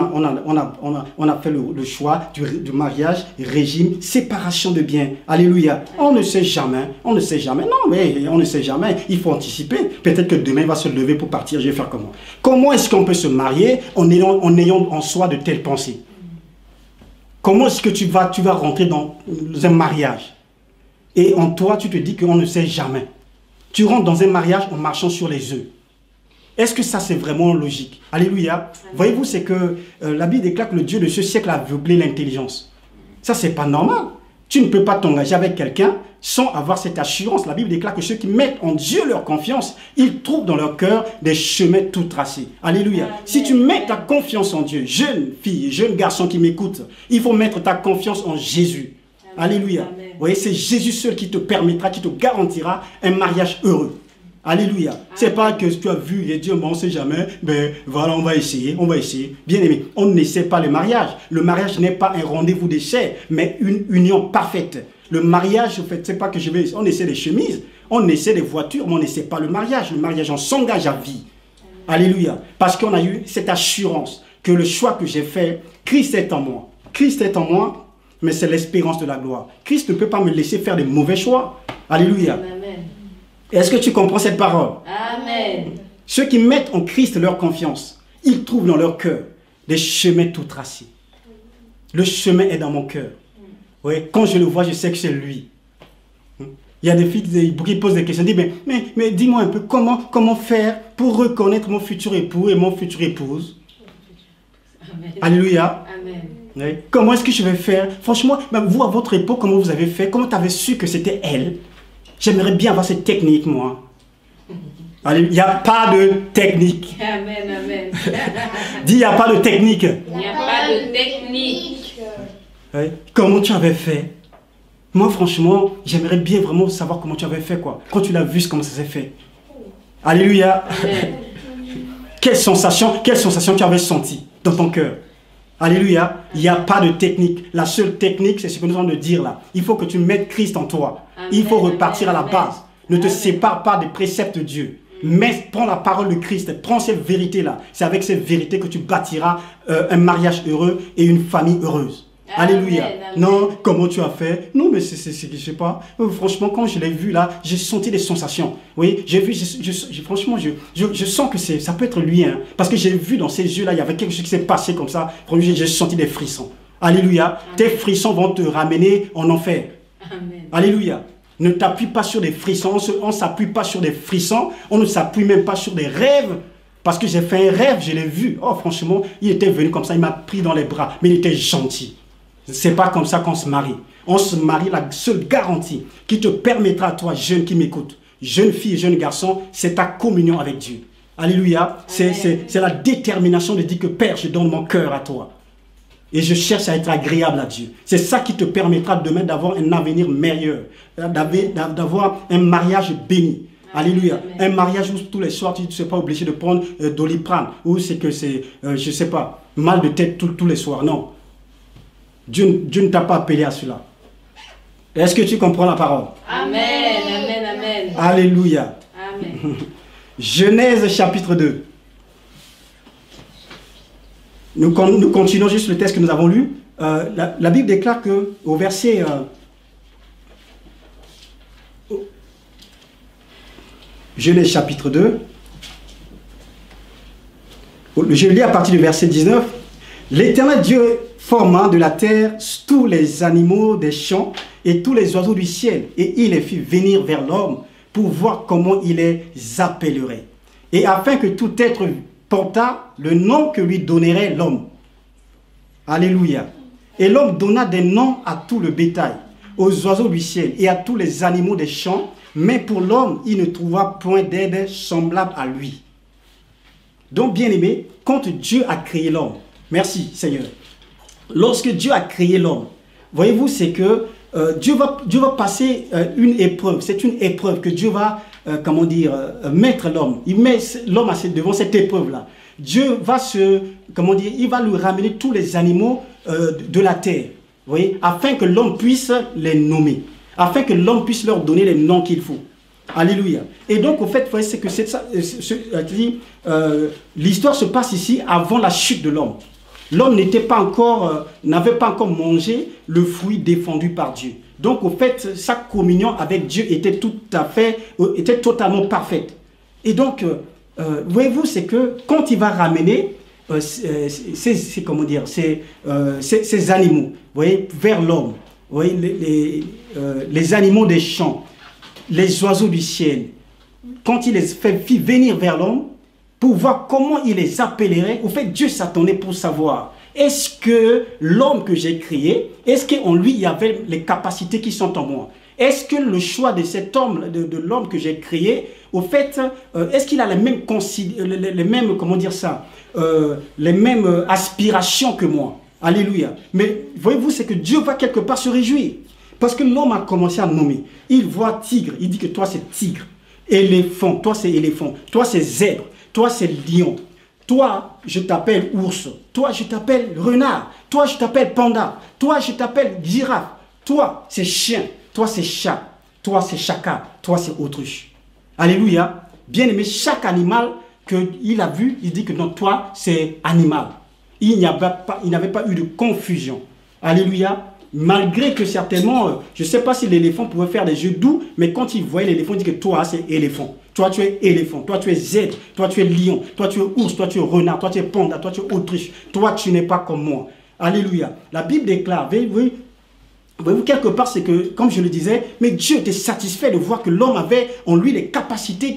A: a fait le choix du mariage, régime, séparation de biens. Alléluia. On ne sait jamais. On ne sait jamais. Non, mais on ne sait jamais. Il faut anticiper. Peut-être que demain, il va se lever pour partir. Je vais faire comment? Comment est-ce qu'on peut se marier en ayant en soi de telles pensées? Comment est-ce que tu vas rentrer dans un mariage et en toi tu te dis qu'on ne sait jamais? Tu rentres dans un mariage en marchant sur les œufs. Est-ce que ça c'est vraiment logique? Alléluia. Voyez-vous, c'est que la Bible déclare que le Dieu de ce siècle a aveuglé l'intelligence. Ça c'est pas normal. Tu ne peux pas t'engager avec quelqu'un sans avoir cette assurance. La Bible déclare que ceux qui mettent en Dieu leur confiance, ils trouvent dans leur cœur des chemins tout tracés. Alléluia. Amen. Si tu mets ta confiance en Dieu, jeune fille, jeune garçon qui m'écoute, il faut mettre ta confiance en Jésus. Amen. Alléluia. Amen. Vous voyez, c'est Jésus seul qui te permettra, qui te garantira un mariage heureux. Alléluia. C'est pas que tu as vu et Dieu, bon, on ne sait jamais, ben voilà, on va essayer. Bien aimé, on n'essaie pas le mariage. Le mariage n'est pas un rendez-vous des chairs, mais une union parfaite. Le mariage, en fait, c'est pas que on essaie des chemises, on essaie des voitures, mais on n'essaie pas le mariage. Le mariage, on s'engage à vie. Alléluia. Parce qu'on a eu cette assurance que le choix que j'ai fait, Christ est en moi. Christ est en moi, mais c'est l'espérance de la gloire. Christ ne peut pas me laisser faire des mauvais choix. Alléluia. Amen. Est-ce que tu comprends cette parole?
B: Amen.
A: Ceux qui mettent en Christ leur confiance, ils trouvent dans leur cœur des chemins tout tracés. Le chemin est dans mon cœur. Oui, quand je le vois, je sais que c'est lui. Il y a des filles qui posent des questions, disent, mais dis-moi un peu, comment faire pour reconnaître mon futur époux et mon future épouse? Amen. Alléluia. Amen. Oui. Comment est-ce que je vais faire? Franchement, vous, à votre époque, comment vous avez fait? Comment tu avais su que c'était elle? J'aimerais bien avoir cette technique, moi. Il n'y a pas de technique.
B: Amen, amen.
A: Dis, il n'y a pas de technique.
B: Il n'y a pas de technique.
A: Oui. Comment tu avais fait? Moi, franchement, j'aimerais bien vraiment savoir comment tu avais fait, quoi. Quand tu l'as vu, comment ça s'est fait. Alléluia. Amen. Quelle sensation tu avais senti dans ton cœur? Alléluia. Il n'y a pas de technique. La seule technique, c'est ce que nous allons de dire là. Il faut que tu mettes Christ en toi. Amen. Il faut repartir à la base. Ne te sépare pas des préceptes de Dieu. Mais prends la parole de Christ. Prends cette vérité-là. C'est avec cette vérité que tu bâtiras un mariage heureux et une famille heureuse. Amen. Alléluia. Amen. Non, comment tu as fait? Non, mais je sais pas. Franchement, quand je l'ai vu là, j'ai senti des sensations. Oui, j'ai vu, franchement, je sens que ça peut être lui. Hein, parce que j'ai vu dans ses yeux là, il y avait quelque chose qui s'est passé comme ça. Franchement, j'ai senti des frissons. Alléluia. Amen. Tes frissons vont te ramener en enfer. Amen. Alléluia. Ne t'appuie pas sur des frissons. On ne s'appuie pas sur des frissons. On ne s'appuie même pas sur des rêves. Parce que j'ai fait un rêve, je l'ai vu. Oh, franchement, il était venu comme ça, il m'a pris dans les bras. Mais il était gentil. C'est pas comme ça qu'on se marie. On se marie, la seule garantie qui te permettra à toi, jeune qui m'écoute, jeune fille, jeune garçon, c'est ta communion avec Dieu. Alléluia. C'est la détermination de dire que Père, je donne mon cœur à toi. Et je cherche à être agréable à Dieu. C'est ça qui te permettra demain d'avoir un avenir meilleur, d'avoir un mariage béni. Alléluia. Un mariage où tous les soirs, tu ne seras pas obligé de prendre Doliprane, ou c'est que c'est, je ne sais pas, mal de tête tous les soirs. Non. Dieu ne t'a pas appelé à cela. Est-ce que tu comprends la parole?
B: Amen, amen, amen.
A: Alléluia.
B: Amen.
A: Genèse chapitre 2. Nous continuons juste le texte que nous avons lu. La Bible déclare que au verset... Genèse chapitre 2. Je lis à partir du verset 19. L'Éternel Dieu forma de la terre tous les animaux des champs et tous les oiseaux du ciel, et il les fit venir vers l'homme pour voir comment il les appellerait. Et afin que tout être porta le nom que lui donnerait l'homme. Alléluia. Et l'homme donna des noms à tout le bétail, aux oiseaux du ciel et à tous les animaux des champs, mais pour l'homme, il ne trouva point d'aide semblable à lui. Donc, bien-aimé, quand Dieu a créé l'homme, merci Seigneur, lorsque Dieu a créé l'homme, voyez-vous, c'est que Dieu va passer une épreuve. C'est une épreuve que Dieu va, mettre l'homme. Il met l'homme devant cette épreuve-là. Dieu va il va lui ramener tous les animaux de la terre, vous voyez, afin que l'homme puisse les nommer, afin que l'homme puisse leur donner les noms qu'il faut. Alléluia. Et donc, au fait, vous voyez, c'est que l'histoire se passe ici avant la chute de l'homme. L'homme n'avait pas encore mangé le fruit défendu par Dieu. Donc, au fait, sa communion avec Dieu était totalement parfaite. Et donc, voyez-vous, c'est que quand il va ramener ces animaux, vous voyez, vers l'homme, vous voyez, les animaux des champs, les oiseaux du ciel, quand il les fait venir vers l'homme, pour voir comment il les appellerait, au fait, Dieu s'attendait pour savoir, est-ce que l'homme que j'ai créé, est-ce qu'en lui, il y avait les capacités qui sont en moi? Est-ce que le choix de cet homme, de l'homme que j'ai créé, au fait, est-ce qu'il a les mêmes aspirations que moi? Alléluia. Mais voyez-vous, c'est que Dieu va quelque part se réjouir. Parce que l'homme a commencé à nommer. Il voit tigre, il dit que toi c'est tigre. Éléphant, toi c'est éléphant. Toi c'est zèbre, toi c'est lion. Toi, je t'appelle ours. Toi, je t'appelle renard. Toi, je t'appelle panda. Toi, je t'appelle girafe. Toi, c'est chien. Toi, c'est chat. Toi, c'est chacal. Toi, c'est autruche. Alléluia. Bien aimé, chaque animal qu'il a vu, il dit que non, toi, c'est animal. Il n'avait pas eu de confusion. Alléluia. Malgré que certainement, je ne sais pas si l'éléphant pouvait faire des jeux doux, mais quand il voyait l'éléphant, il dit que toi, c'est éléphant. Toi, tu es éléphant. Toi, tu es zèbre. Toi, tu es lion. Toi, tu es ours. Toi, tu es renard. Toi, tu es panda. Toi, tu es autruche. Toi, tu n'es pas comme moi. Alléluia. La Bible déclare, voyez-vous, quelque part, c'est que, comme je le disais, mais Dieu était satisfait de voir que l'homme avait en lui les capacités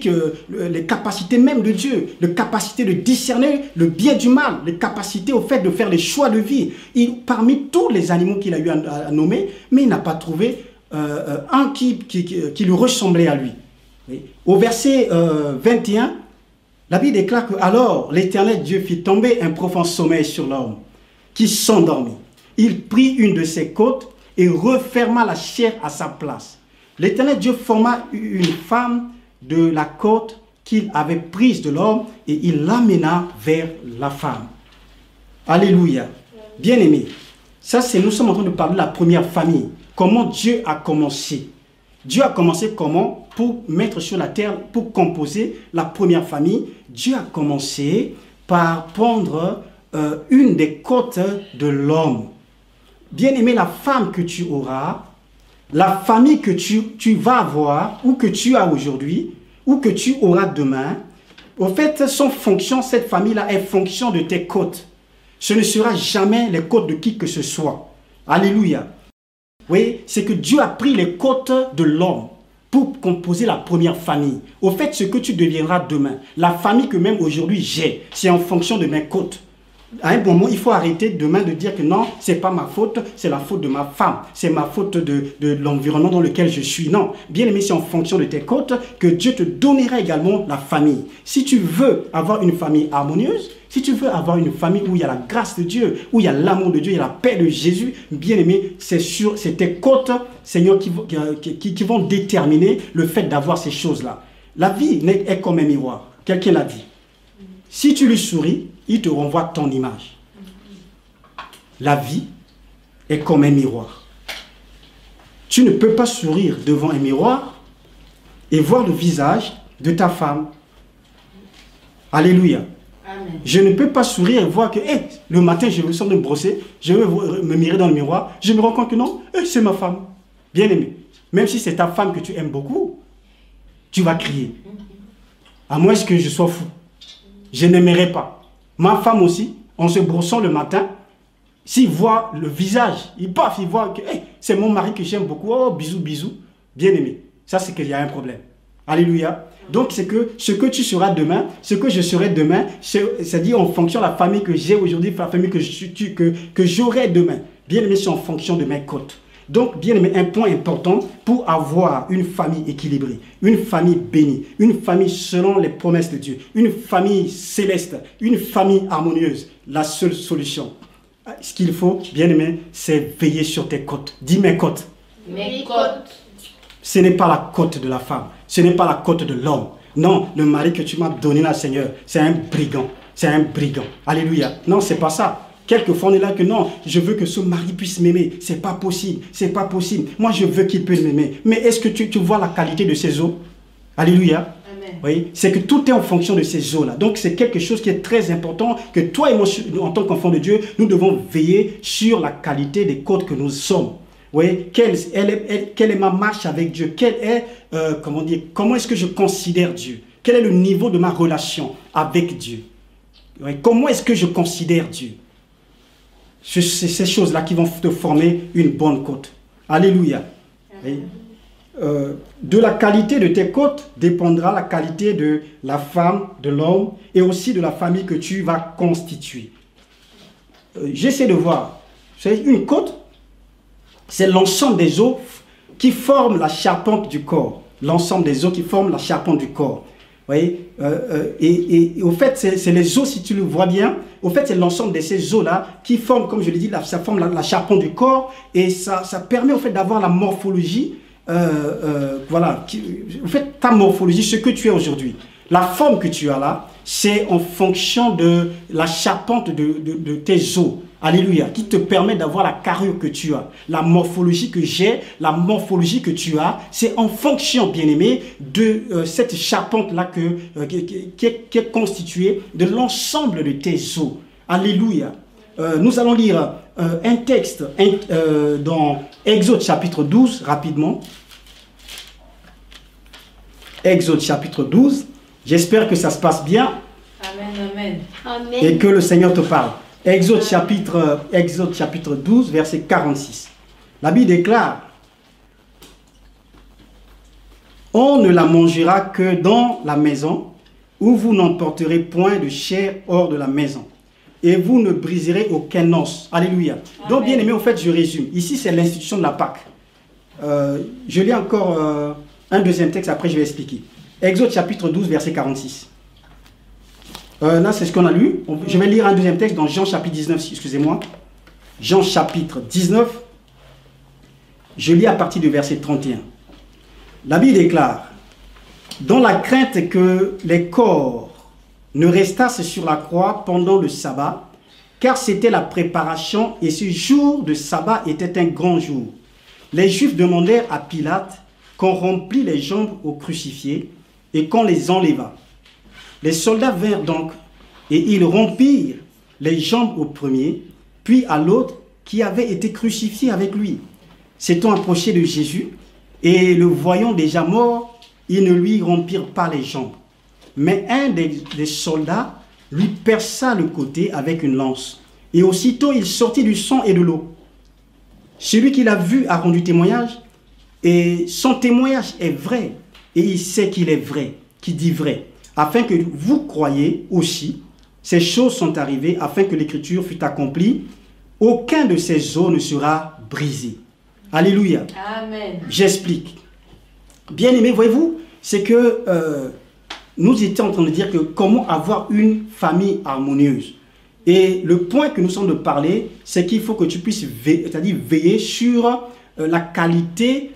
A: même de Dieu, les capacités de discerner le bien du mal, les capacités au fait de faire les choix de vie. Parmi tous les animaux qu'il a eu à nommer, mais il n'a pas trouvé un qui lui ressemblait à lui. Au verset 21, la Bible déclare que alors l'Éternel Dieu fit tomber un profond sommeil sur l'homme, qui s'endormit. Il prit une de ses côtes et referma la chair à sa place. L'Éternel Dieu forma une femme de la côte qu'il avait prise de l'homme et il l'amena vers la femme. Alléluia. Bien-aimé, nous sommes en train de parler de la première famille. Comment Dieu a commencé. Dieu a commencé comment? Pour mettre sur la terre, pour composer la première famille. Dieu a commencé par prendre une des côtes de l'homme. Bien-aimé, la femme que tu auras, la famille que tu vas avoir, ou que tu as aujourd'hui, ou que tu auras demain, au fait, cette famille-là est fonction de tes côtes. Ce ne sera jamais les côtes de qui que ce soit. Alléluia. Oui, c'est que Dieu a pris les côtes de l'homme pour composer la première famille. Au fait, ce que tu deviendras demain, la famille que même aujourd'hui j'ai, c'est en fonction de mes côtes. À un moment, il faut arrêter demain de dire que non, c'est pas ma faute, c'est la faute de ma femme, c'est ma faute de l'environnement dans lequel je suis. Non, bien aimé, c'est en fonction de tes côtes que Dieu te donnera également la famille. Si tu veux avoir une famille harmonieuse, si tu veux avoir une famille où il y a la grâce de Dieu, où il y a l'amour de Dieu, il y a la paix de Jésus, bien aimé, c'est tes côtes, Seigneur, qui vont déterminer le fait d'avoir ces choses-là. La vie est comme un miroir. Quelqu'un l'a dit. Si tu lui souris, il te renvoie ton image. La vie est comme un miroir. Tu ne peux pas sourire devant un miroir et voir le visage de ta femme. Alléluia. Amen. Je ne peux pas sourire et voir que le matin, je me sens de me brosser, je vais me mirer dans le miroir, je me rends compte que non, c'est ma femme. Bien aimé. Même si c'est ta femme que tu aimes beaucoup, tu vas crier. À moins que je sois fou. Je n'aimerais pas. Ma femme aussi, en se brossant le matin, s'il voit le visage, il voit que c'est mon mari que j'aime beaucoup. Oh, bisous, bisous. Bien aimé. Ça, c'est qu'il y a un problème. Alléluia. Donc, c'est que ce que tu seras demain, ce que je serai demain, c'est-à-dire en fonction de la famille que j'ai aujourd'hui, la famille que j'aurai demain. Bien aimé, c'est en fonction de mes côtes. Donc, bien aimé, un point important pour avoir une famille équilibrée, une famille bénie, une famille selon les promesses de Dieu, une famille céleste, une famille harmonieuse. La seule solution, ce qu'il faut, bien aimé, c'est veiller sur tes côtes. Dis mes côtes.
B: Mes côtes.
A: Ce n'est pas la côte de la femme, ce n'est pas la côte de l'homme. Non, le mari que tu m'as donné là, Seigneur, c'est un brigand. C'est un brigand. Alléluia. Non, c'est pas ça. Quelquefois, on est là que non, je veux que ce mari puisse m'aimer. C'est pas possible. C'est pas possible. Moi, je veux qu'il puisse m'aimer. Mais est-ce que tu vois la qualité de ces os? Alléluia.
B: Amen.
A: Oui, c'est que tout est en fonction de ces os-là. Donc, c'est quelque chose qui est très important que toi et moi, en tant qu'enfant de Dieu, nous devons veiller sur la qualité des côtes que nous sommes. Oui, quelle est ma marche avec Dieu? Quelle est, comment est-ce que je considère Dieu? Quel est le niveau de ma relation avec Dieu? Oui, comment est-ce que je considère Dieu? C'est ces choses-là qui vont te former une bonne côte. Alléluia. Oui. De la qualité de tes côtes dépendra la qualité de la femme, de l'homme et aussi de la famille que tu vas constituer. J'essaie de voir. Vous savez, une côte, c'est l'ensemble des os qui forment la charpente du corps. L'ensemble des os qui forment la charpente du corps. Vous voyez, et au fait, c'est les os, si tu le vois bien, au fait, c'est l'ensemble de ces os-là qui forment, comme je l'ai dit, ça forme la charpente du corps et ça permet au fait d'avoir la morphologie, voilà, au fait, ta morphologie, ce que tu es aujourd'hui. La forme que tu as là, c'est en fonction de la charpente de tes os. Alléluia, qui te permet d'avoir la carrure que tu as. La morphologie que j'ai, la morphologie que tu as, c'est en fonction, bien-aimé, de cette charpente-là qui est constituée de l'ensemble de tes os. Alléluia. Nous allons lire un texte dans Exode chapitre 12, rapidement. Exode chapitre 12. J'espère que ça se passe bien.
B: Amen, amen.
C: Amen.
A: Et que le Seigneur te parle. Exode chapitre 12, verset 46. La Bible déclare: on ne la mangera que dans la maison, où vous n'emporterez point de chair hors de la maison, et vous ne briserez aucun os. Alléluia. Amen. Donc, bien aimé, en fait, je résume. Ici, c'est l'institution de la Pâque. Je lis encore un deuxième texte, après je vais expliquer. Exode chapitre 12, verset 46. Là, c'est ce qu'on a lu. Je vais lire un deuxième texte dans Jean chapitre 19, excusez-moi. Jean chapitre 19. Je lis à partir du verset 31. La Bible déclare: dans la crainte que les corps ne restassent sur la croix pendant le sabbat, car c'était la préparation et ce jour de sabbat était un grand jour. Les Juifs demandèrent à Pilate qu'on remplît les jambes aux crucifiés et qu'on les enleva. Les soldats vinrent donc, et ils rompirent les jambes au premier, puis à l'autre qui avait été crucifié avec lui. S'étant approché de Jésus, et le voyant déjà mort, ils ne lui rompirent pas les jambes. Mais un des soldats lui perça le côté avec une lance. Et aussitôt il sortit du sang et de l'eau. Celui qui l'a vu a rendu témoignage, et son témoignage est vrai, et il sait qu'il est vrai, qu'il dit vrai. Afin que vous croyiez aussi, ces choses sont arrivées afin que l'écriture fût accomplie. Aucun de ces os ne sera brisé. Alléluia.
B: Amen.
A: J'explique. Bien aimé, voyez-vous, c'est que nous étions en train de dire que comment avoir une famille harmonieuse. Et le point que nous sommes de parler, c'est qu'il faut que tu puisses veiller sur la qualité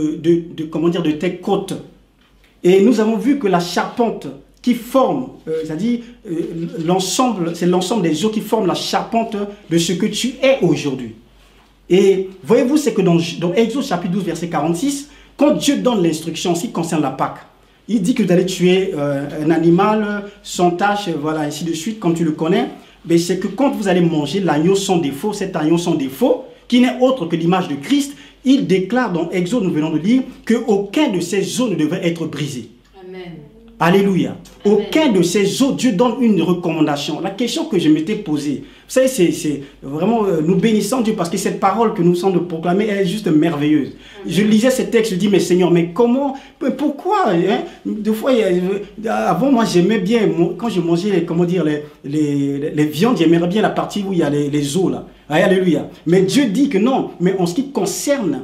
A: de tes côtes. Et nous avons vu que la charpente qui forme, c'est-à-dire c'est l'ensemble des os qui forment la charpente de ce que tu es aujourd'hui. Et voyez-vous, c'est que dans Exode chapitre 12, verset 46, quand Dieu donne l'instruction en ce qui concerne la Pâque, il dit que vous allez tuer un animal sans tache, voilà, ainsi de suite, comme tu le connais. Mais c'est que quand vous allez manger l'agneau sans défaut, cet agneau sans défaut, qui n'est autre que l'image de Christ, il déclare dans Exode, nous venons de lire, qu'aucun de ces os ne devrait être brisé.
B: Amen.
A: Alléluia. Aucun de ces eaux, Dieu donne une recommandation. La question que je m'étais posée, vous savez, c'est vraiment, nous bénissons Dieu parce que cette parole que nous sommes de proclamer, elle est juste merveilleuse. Je lisais ce texte, je dis, mais Seigneur, mais comment, pourquoi hein? Des fois, avant, moi, j'aimais bien, quand je mangeais, comment dire, les viandes, j'aimais bien la partie où il y a les os, là. Alléluia. Mais Dieu dit que non, mais en ce qui concerne...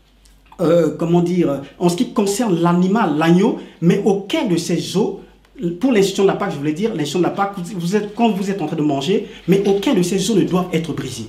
A: comment dire, en ce qui concerne l'animal, l'agneau, mais aucun de ces os, pour l'institution de la Pâque, je voulais dire, l'institution de la Pâque, quand vous êtes en train de manger, mais aucun de ces os ne doivent être brisés.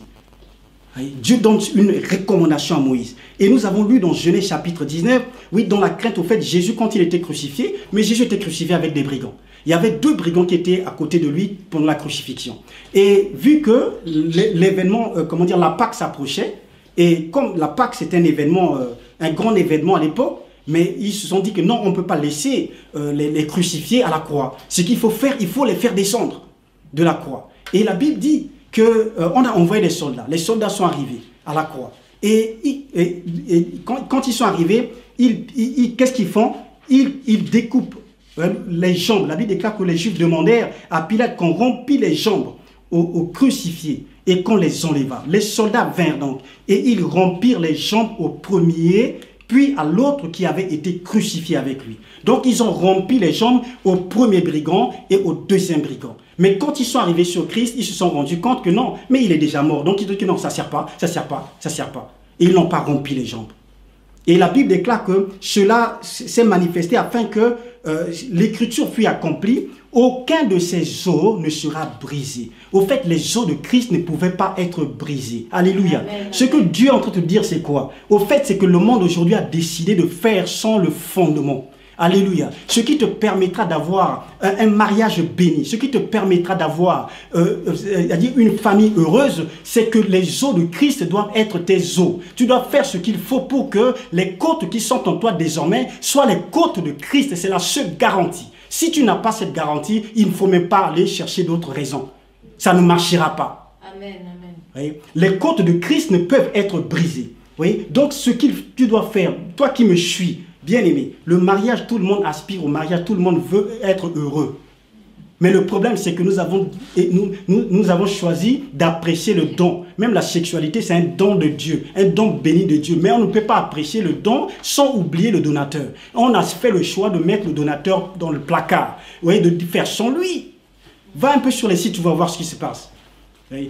A: Dieu donne une recommandation à Moïse. Et nous avons lu dans Genèse chapitre 19, oui, dans la crainte au fait, Jésus quand il était crucifié, mais Jésus était crucifié avec des brigands. Il y avait 2 brigands qui étaient à côté de lui pendant la crucifixion. Et vu que l'événement, comment dire, la Pâque s'approchait, et comme la Pâque c'était un événement, un grand événement à l'époque, mais ils se sont dit que non, on ne peut pas laisser les crucifier à la croix. Ce qu'il faut faire, il faut les faire descendre de la croix. Et la Bible dit qu'on a envoyé des soldats. Les soldats sont arrivés à la croix. Et quand ils sont arrivés, qu'est-ce qu'ils font? Ils découpent les jambes. La Bible déclare que les Juifs demandèrent à Pilate qu'on rompit les jambes aux crucifiés et qu'on les enleva. Les soldats vinrent donc et ils rompirent les jambes au premier, puis à l'autre qui avait été crucifié avec lui. Donc ils ont rompu les jambes au premier brigand et au deuxième brigand. Mais quand ils sont arrivés sur Christ, ils se sont rendus compte que non, mais il est déjà mort. Donc ils disent que non, ça ne sert pas, ça ne sert pas, ça ne sert pas. Et ils n'ont pas rompu les jambes. Et la Bible déclare que cela s'est manifesté afin que l'écriture fût accomplie. Aucun de ces os ne sera brisé. Au fait, les os de Christ ne pouvaient pas être brisés. Alléluia. Amen. Ce que Dieu est en train de te dire, c'est quoi? Au fait, c'est que le monde aujourd'hui a décidé de faire sans le fondement. Alléluia. Ce qui te permettra d'avoir un mariage béni, ce qui te permettra d'avoir une famille heureuse, c'est que les os de Christ doivent être tes os. Tu dois faire ce qu'il faut pour que les côtes qui sont en toi désormais soient les côtes de Christ. C'est la seule garantie. Si tu n'as pas cette garantie, il ne faut même pas aller chercher d'autres raisons. Ça ne marchera pas.
B: Amen, amen.
A: Oui? Les côtes de Christ ne peuvent être brisées. Oui? Donc, ce que tu dois faire, toi qui me suis, bien-aimé, le mariage, tout le monde aspire au mariage, tout le monde veut être heureux. Mais le problème, c'est que nous avons choisi d'apprécier le don. Même la sexualité, c'est un don de Dieu, un don béni de Dieu. Mais on ne peut pas apprécier le don sans oublier le donateur. On a fait le choix de mettre le donateur dans le placard, oui, de faire sans lui. Va un peu sur les sites, tu vas voir ce qui se passe. Oui.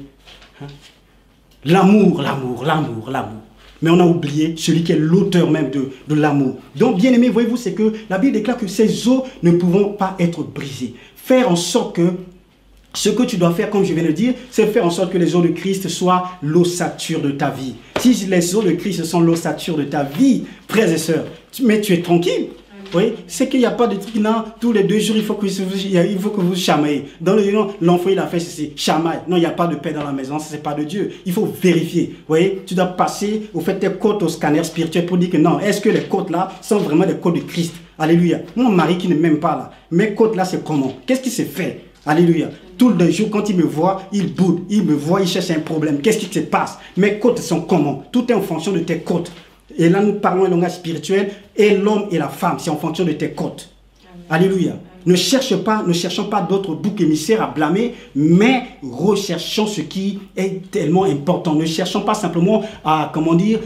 A: L'amour, l'amour, l'amour, l'amour. Mais on a oublié celui qui est l'auteur même de l'amour. Donc, bien aimé, voyez-vous, c'est que la Bible déclare que ces os ne pourront pas être brisés. Faire en sorte que ce que tu dois faire, comme je viens de le dire, c'est faire en sorte que les os de Christ soient l'ossature de ta vie. Si les os de Christ sont l'ossature de ta vie, frères et sœurs, mais tu es tranquille. Oui, c'est qu'il n'y a pas de truc, non, tous les 2 jours, il faut que vous chamaillez. Dans le l'enfant, il a fait ceci, chamaille. Non, il n'y a pas de paix dans la maison, ce n'est pas de Dieu. Il faut vérifier. Vous voyez, tu dois passer, au fait, tes côtes au scanner spirituel pour dire que non, est-ce que les côtes là sont vraiment des côtes de Christ? Alléluia. Mon mari qui ne m'aime pas là, mes côtes là, c'est comment? Qu'est-ce qui s'est fait? Alléluia. Tout le jour, quand il me voit, il boude. Il me voit, il cherche un problème. Qu'est-ce qui se passe? Mes côtes sont comment? Tout est en fonction de tes côtes. Et là, nous parlons un langage spirituel, et l'homme et la femme, c'est en fonction de tes côtes. Amen. Alléluia. Amen. Ne cherchons pas d'autres boucs émissaires à blâmer, mais recherchons ce qui est tellement important. Ne cherchons pas simplement à, comment dire,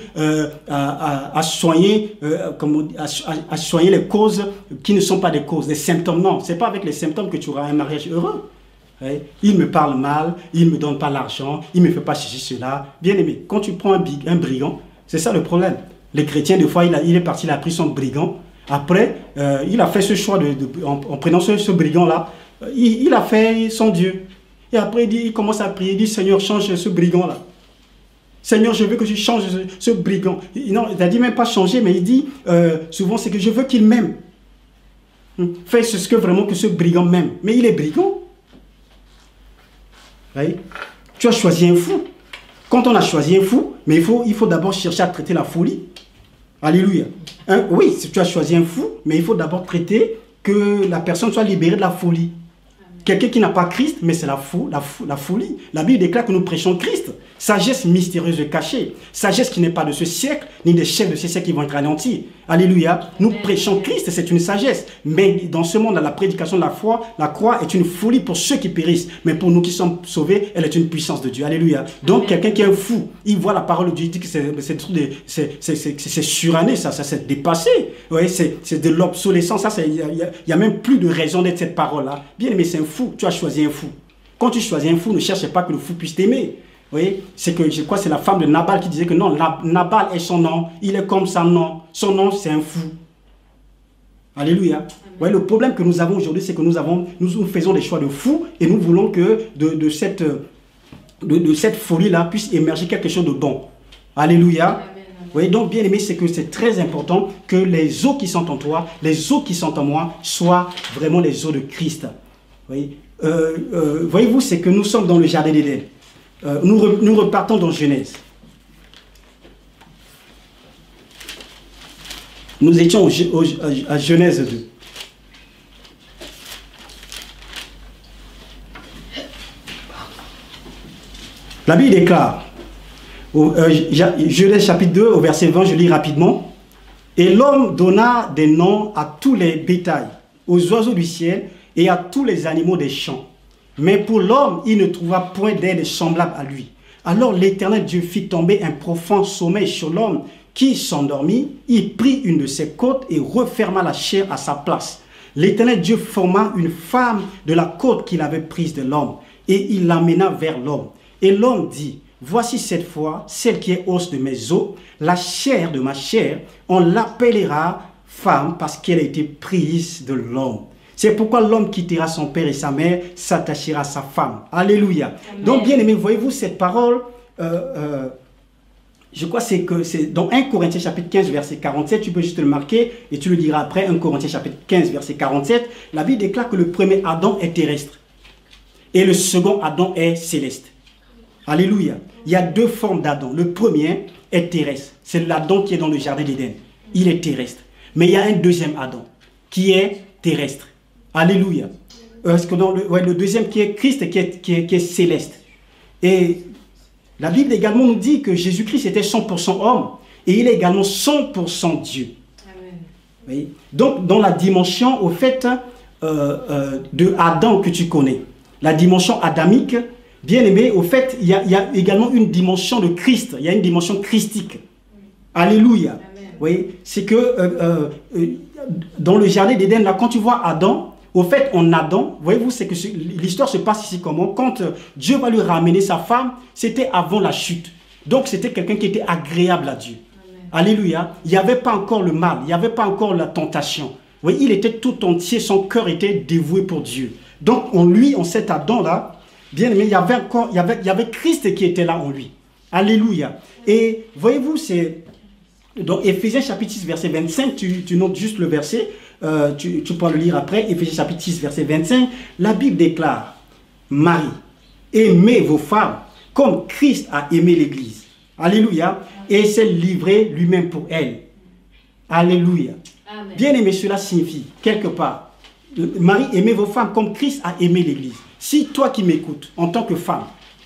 A: à soigner les causes qui ne sont pas des causes, des symptômes. Non, ce n'est pas avec les symptômes que tu auras un mariage heureux. Il me parle mal, il ne me donne pas l'argent, il ne me fait pas ceci, cela. Bien aimé, quand tu prends un brigand, c'est ça le problème. Les chrétiens, des fois, il est parti, il a pris son brigand. Après, il a fait ce choix en prenant ce brigand-là. Il a fait son Dieu. Et après, il commence à prier. Il dit, Seigneur, change ce brigand-là. Seigneur, je veux que tu changes ce brigand. Non, il n'a dit même pas changer, mais il dit, souvent, c'est que je veux qu'il m'aime. Fais ce que vraiment que ce brigand m'aime. Mais il est brigand. Oui. Tu as choisi un fou. Quand on a choisi un fou, mais il faut d'abord chercher à traiter la folie. Alléluia. Oui, tu as choisi un fou, mais il faut d'abord traiter que la personne soit libérée de la folie. Quelqu'un qui n'a pas Christ, mais c'est la folie. La Bible déclare que nous prêchons Christ. Sagesse mystérieuse et cachée. Sagesse qui n'est pas de ce siècle, ni des chefs de ce siècle qui vont être anéantis. Alléluia. Nous prêchons Christ, c'est une sagesse. Mais dans ce monde, la prédication de la foi, la croix est une folie pour ceux qui périssent. Mais pour nous qui sommes sauvés, elle est une puissance de Dieu. Alléluia. Donc quelqu'un qui est un fou, il voit la parole de Dieu, il dit que c'est suranné, ça c'est dépassé. Ouais, c'est de l'obsolescence. Il n'y a même plus de raison d'être cette parole-là. Bien aimé, c'est un fou. Tu as choisi un fou. Quand tu choisis un fou, ne cherche pas que le fou puisse t'aimer. Oui, c'est que je crois que c'est la femme de Nabal qui disait que non, Nabal est son nom, il est comme ça, non, son nom c'est un fou. Alléluia. Oui, le problème que nous avons aujourd'hui, c'est que nous faisons des choix de fous et nous voulons que de cette folie-là puisse émerger quelque chose de bon. Alléluia. Oui, donc bien aimé, c'est que c'est très important que les eaux qui sont en toi, les eaux qui sont en moi, soient vraiment les eaux de Christ. Oui. Voyez-vous, c'est que nous sommes dans le jardin d'Éden. Nous repartons dans Genèse. Nous étions à Genèse 2. La Bible déclare, Genèse chapitre 2, au verset 20, je lis rapidement. Et l'homme donna des noms à tous les bétails, aux oiseaux du ciel et à tous les animaux des champs. Mais pour l'homme, il ne trouva point d'aide semblable à lui. Alors l'Éternel Dieu fit tomber un profond sommeil sur l'homme qui s'endormit. Il prit une de ses côtes et referma la chair à sa place. L'Éternel Dieu forma une femme de la côte qu'il avait prise de l'homme et il l'amena vers l'homme. Et l'homme dit, voici cette fois celle qui est os de mes os, la chair de ma chair, on l'appellera femme parce qu'elle a été prise de l'homme. C'est pourquoi l'homme quittera son père et sa mère, s'attachera à sa femme. Alléluia. Amen. Donc, bien aimé, voyez-vous cette parole, je crois que c'est dans 1 Corinthiens chapitre 15, verset 47, tu peux juste le marquer et tu le diras après, 1 Corinthiens chapitre 15, verset 47, la Bible déclare que le premier Adam est terrestre et le second Adam est céleste. Alléluia. Il y a deux formes d'Adam. Le premier est terrestre. C'est l'Adam qui est dans le jardin d'Éden. Il est terrestre. Mais il y a un deuxième Adam qui est terrestre. Alléluia. Le deuxième qui est Christ, qui est céleste. Et la Bible également nous dit que Jésus-Christ était 100% homme et il est également 100% Dieu. Amen. Oui. Donc, dans la dimension, au fait, de Adam que tu connais, la dimension adamique, bien aimé, au fait, il y a également une dimension de Christ, il y a une dimension christique. Alléluia. Amen. Oui, c'est que dans le jardin d'Éden, là, quand tu vois Adam, au fait, en Adam, voyez-vous, c'est que l'histoire se passe ici comment? Quand Dieu va lui ramener sa femme, c'était avant la chute. Donc, c'était quelqu'un qui était agréable à Dieu. Amen. Alléluia. Il n'y avait pas encore le mal, il n'y avait pas encore la tentation. Oui, il était tout entier, son cœur était dévoué pour Dieu. Donc, en lui, en cet Adam-là, bien aimé, il y avait Christ qui était là en lui. Alléluia. Et voyez-vous, c'est dans Éphésiens chapitre 6, verset 25, tu notes juste le verset, tu peux le lire après, Éphésiens chapitre 6, verset 25, la Bible déclare, Marie, aimez vos femmes comme Christ a aimé l'Église. Alléluia. Et s'est livré lui-même pour elle. Alléluia. Amen. Bien aimé, cela signifie, quelque part, Marie, aimez vos femmes comme Christ a aimé l'Église. Si toi qui m'écoutes, en tant que femme,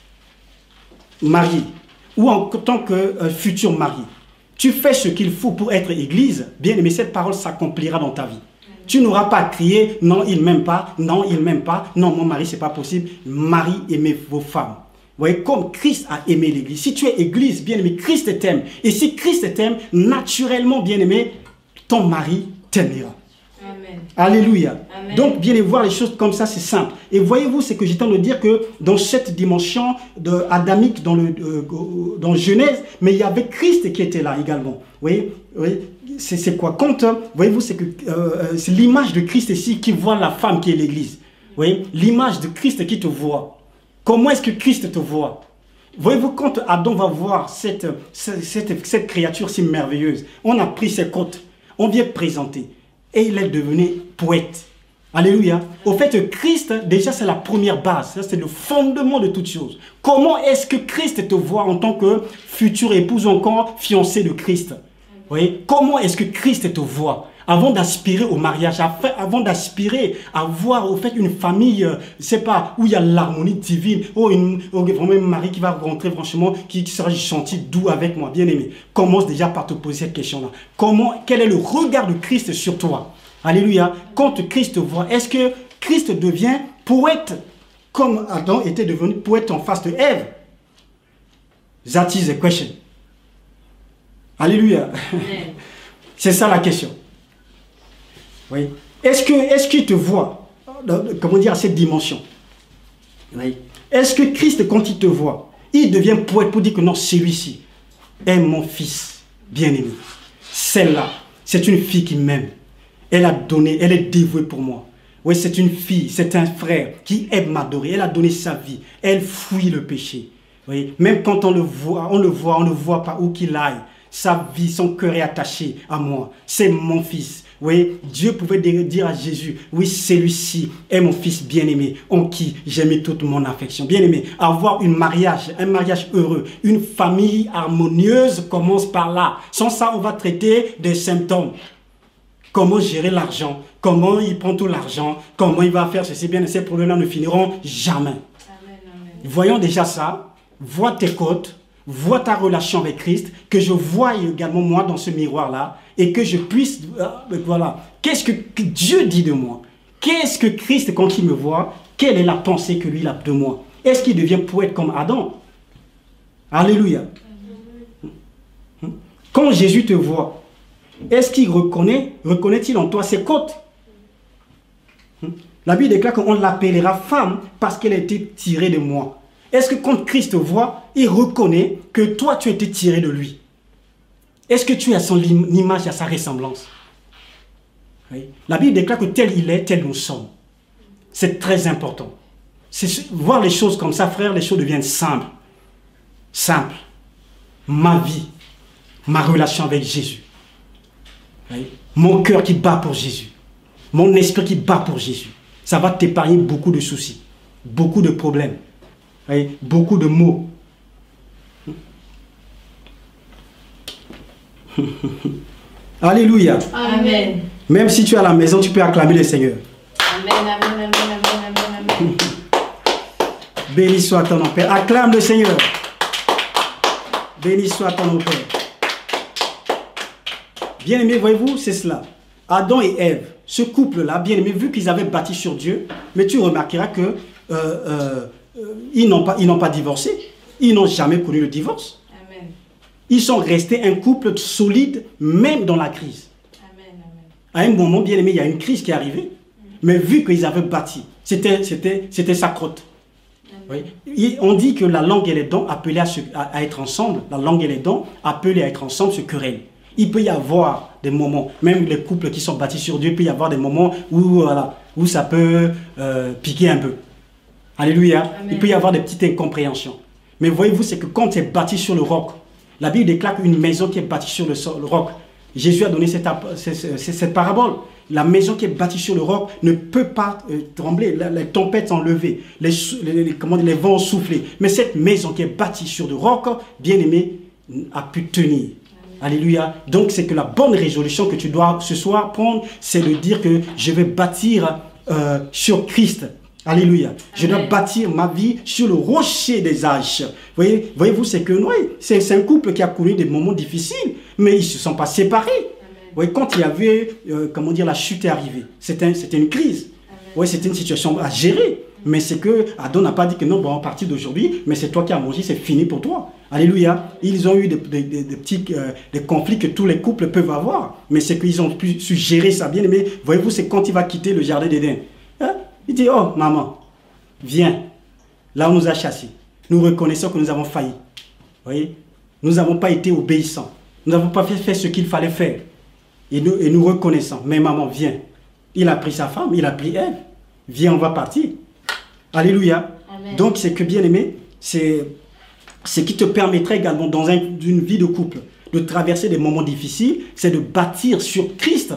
A: mariée, ou en tant que futur mari, tu fais ce qu'il faut pour être église, bien aimé, cette parole s'accomplira dans ta vie. Tu n'auras pas à crier, non, il ne m'aime pas, non, il ne m'aime pas, non, mon mari, ce n'est pas possible. Marie, aimez vos femmes. Vous voyez, comme Christ a aimé l'église. Si tu es église, bien aimé, Christ t'aime. Et si Christ t'aime, naturellement, bien aimé, ton mari t'aimera. Amen. Alléluia. Amen. Donc, bien voir les choses comme ça, c'est simple. Et voyez-vous, c'est que j'étais en train de dire que dans cette dimension adamique, dans Genèse, mais il y avait Christ qui était là également. Vous voyez, c'est quoi? Quand, voyez-vous, c'est que c'est l'image de Christ ici qui voit la femme qui est l'église. Vous voyez, l'image de Christ qui te voit. Comment est-ce que Christ te voit? Voyez-vous, quand Adam va voir cette créature si merveilleuse, on a pris ses côtes, on vient présenter. Et il est devenu poète. Alléluia. Au fait, Christ, déjà, c'est la première base. C'est le fondement de toutes choses. Comment est-ce que Christ te voit en tant que future épouse ou encore fiancée de Christ? Vous voyez? Comment est-ce que Christ te voit? avant d'aspirer au mariage, avant d'aspirer à voir au fait une famille, c'est pas, où il y a l'harmonie divine, vraiment un mari qui va rentrer franchement, qui sera gentil, doux avec moi, bien aimé. Commence déjà par te poser cette question-là. Quel est le regard de Christ sur toi? Alléluia. Quand Christ te voit, est-ce que Christ devient poète comme Adam était devenu poète en face de Ève? That is the question. Alléluia. C'est ça la question. Oui. Est-ce qu'il te voit, comment dire, à cette dimension? Oui. Est-ce que Christ, quand il te voit, il devient poète pour dire que non, celui-ci est mon fils bien-aimé. Celle-là, c'est une fille qui m'aime. Elle a donné, elle est dévouée pour moi. Oui, c'est une fille, c'est un frère qui aime m'adorer. Elle a donné sa vie. Elle fuit le péché. Oui. Même quand on ne voit pas où qu'il aille. Sa vie, son cœur est attaché à moi. C'est mon fils. Oui, Dieu pouvait dire à Jésus, oui, celui-ci est mon fils bien-aimé, en qui j'ai mis toute mon affection. Bien-aimé, avoir un mariage heureux, une famille harmonieuse commence par là. Sans ça, on va traiter des symptômes. Comment gérer l'argent? Comment il prend tout l'argent? Comment il va faire ceci? Bien, ces problèmes-là ne finiront jamais. Amen, amen. Voyons déjà ça. Vois tes côtes. Vois ta relation avec Christ, que je vois également moi dans ce miroir-là, et que je puisse, voilà, qu'est-ce que Dieu dit de moi? Qu'est-ce que Christ, quand il me voit, quelle est la pensée que lui il a de moi? Est-ce qu'il devient poète comme Adam? Alléluia. Quand Jésus te voit, est-ce qu'il reconnaît-il en toi ses côtes? La Bible déclare qu'on l'appellera femme parce qu'elle a été tirée de moi. Est-ce que quand Christ te voit, il reconnaît que toi, tu as été tiré de lui? Est-ce que tu as son image et à sa ressemblance? Oui. La Bible déclare que tel il est, tel nous sommes. C'est très important. Voir les choses comme ça, frère, les choses deviennent simples. Simples. Ma vie, ma relation avec Jésus. Oui. Mon cœur qui bat pour Jésus. Mon esprit qui bat pour Jésus. Ça va t'épargner beaucoup de soucis, beaucoup de problèmes. Oui, beaucoup de mots. Alléluia.
B: Amen.
A: Même si tu es à la maison, tu peux acclamer le Seigneur.
B: Amen, amen, amen, amen, amen, amen.
A: Béni soit ton nom, Père. Acclame le Seigneur. Béni soit ton nom, Père. Bien-aimés, voyez-vous, c'est cela. Adam et Ève, ce couple-là, bien-aimés, vu qu'ils avaient bâti sur Dieu, mais tu remarqueras que ils n'ont pas divorcé. Ils n'ont jamais connu le divorce. Amen. Ils sont restés un couple solide, même dans la crise. Amen, amen. À un moment, bien aimé, il y a une crise qui est arrivée. Mais vu qu'ils avaient bâti, c'était sa crotte. Oui. On dit que la langue et les dents appelés à être ensemble, la langue et les dents appelés à être ensemble se querellent. Il peut y avoir des moments, même les couples qui sont bâtis sur Dieu, il peut y avoir des moments où ça peut piquer un peu. Alléluia. Amen. Il peut y avoir des petites incompréhensions. Mais voyez-vous, c'est que quand tu es bâti sur le roc, la Bible déclare qu'une maison qui est bâtie sur le roc, Jésus a donné cette parabole. La maison qui est bâtie sur le roc ne peut pas trembler. Les tempêtes sont levées, les vents ont soufflé. Mais cette maison qui est bâtie sur le roc, bien aimé, a pu tenir. Amen. Alléluia. Donc c'est que la bonne résolution que tu dois ce soir prendre, c'est de dire que je vais bâtir sur Christ. Alléluia. Amen. Je dois bâtir ma vie sur le rocher des âges. Voyez-vous, c'est que oui, c'est un couple qui a connu des moments difficiles, mais ils ne se sont pas séparés. Voyez, quand il y avait, la chute est arrivée, c'était une crise. Oui, c'était une situation à gérer. Mais c'est que Adam n'a pas dit que non, bon, à partir d'aujourd'hui, mais c'est toi qui as mangé, c'est fini pour toi. Alléluia. Ils ont eu des petits conflits que tous les couples peuvent avoir. Mais c'est qu'ils ont pu su gérer ça bien. Mais voyez-vous, c'est quand il va quitter le jardin d'Éden. Hein? Il dit, oh maman, viens. Là, on nous a chassés. Nous reconnaissons que nous avons failli. Vous voyez? Nous n'avons pas été obéissants. Nous n'avons pas fait ce qu'il fallait faire. Et nous reconnaissons. Mais maman, viens. Il a pris sa femme, il a pris Ève. Viens, on va partir. Alléluia. Amen. Donc, c'est que bien aimé, c'est ce qui te permettrait également dans une vie de couple de traverser des moments difficiles, c'est de bâtir sur Christ.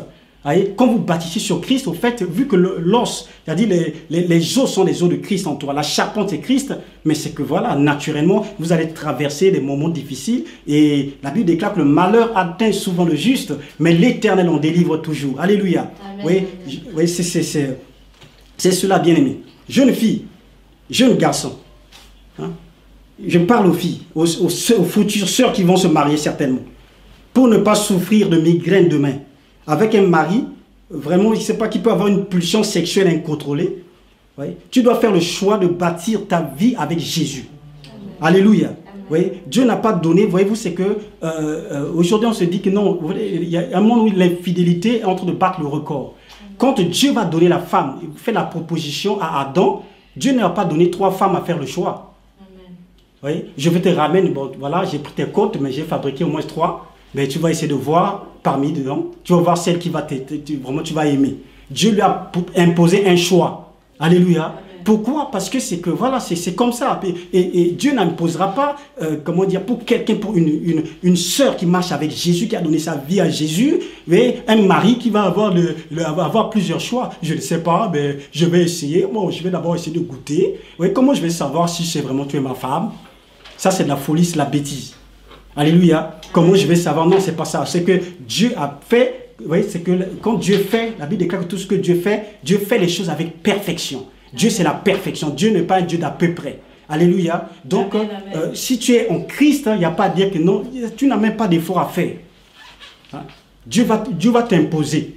A: Voyez, quand vous bâtissez sur Christ, au fait, vu que l'os, c'est-à-dire les os sont les os de Christ en toi, la charpente c'est Christ, mais c'est que voilà, naturellement, vous allez traverser des moments difficiles et la Bible déclare que le malheur atteint souvent le juste, mais l'Éternel en délivre toujours. Alléluia. Oui, oui, c'est cela, bien aimé. Jeune fille, jeune garçon, hein? Je parle aux filles, aux futures sœurs qui vont se marier certainement, pour ne pas souffrir de migraine demain. Avec un mari, vraiment, il ne sait pas qui peut avoir une pulsion sexuelle incontrôlée. Oui. Tu dois faire le choix de bâtir ta vie avec Jésus. Amen. Alléluia. Amen. Oui. Dieu n'a pas donné, voyez-vous, c'est que aujourd'hui on se dit que non, il y a un monde où l'infidélité est en train de battre le record. Amen. Quand Dieu va donner la femme, il fait la proposition à Adam, Dieu n'a pas donné 3 femmes à faire le choix. Amen. Oui. Je vais te ramener, bon, voilà, j'ai pris tes côtes, mais j'ai fabriqué au moins 3. Mais tu vas essayer de voir parmi dedans, tu vas voir celle qui va vraiment tu vas aimer. Dieu lui a imposé un choix. Alléluia. Amen. Pourquoi? Parce que c'est que voilà, c'est comme ça. Et Dieu n'imposera pas, comment dire, pour quelqu'un, pour une sœur qui marche avec Jésus, qui a donné sa vie à Jésus, mais un mari qui va avoir plusieurs choix. Je ne sais pas, mais je vais essayer. Moi, je vais d'abord essayer de goûter. Oui, comment je vais savoir si c'est vraiment tu es ma femme? Ça, c'est de la folie, c'est de la bêtise. Alléluia. Comment je vais savoir? Non, c'est pas ça. C'est que Dieu a fait, vous voyez, c'est que quand Dieu fait, la Bible déclare que tout ce que Dieu fait les choses avec perfection. Dieu, c'est la perfection. Dieu n'est pas un Dieu d'à peu près. Alléluia. Donc, amen, amen. Si tu es en Christ, il n'y a pas à dire que non, tu n'as même pas d'effort à faire. Hein? Dieu va t'imposer.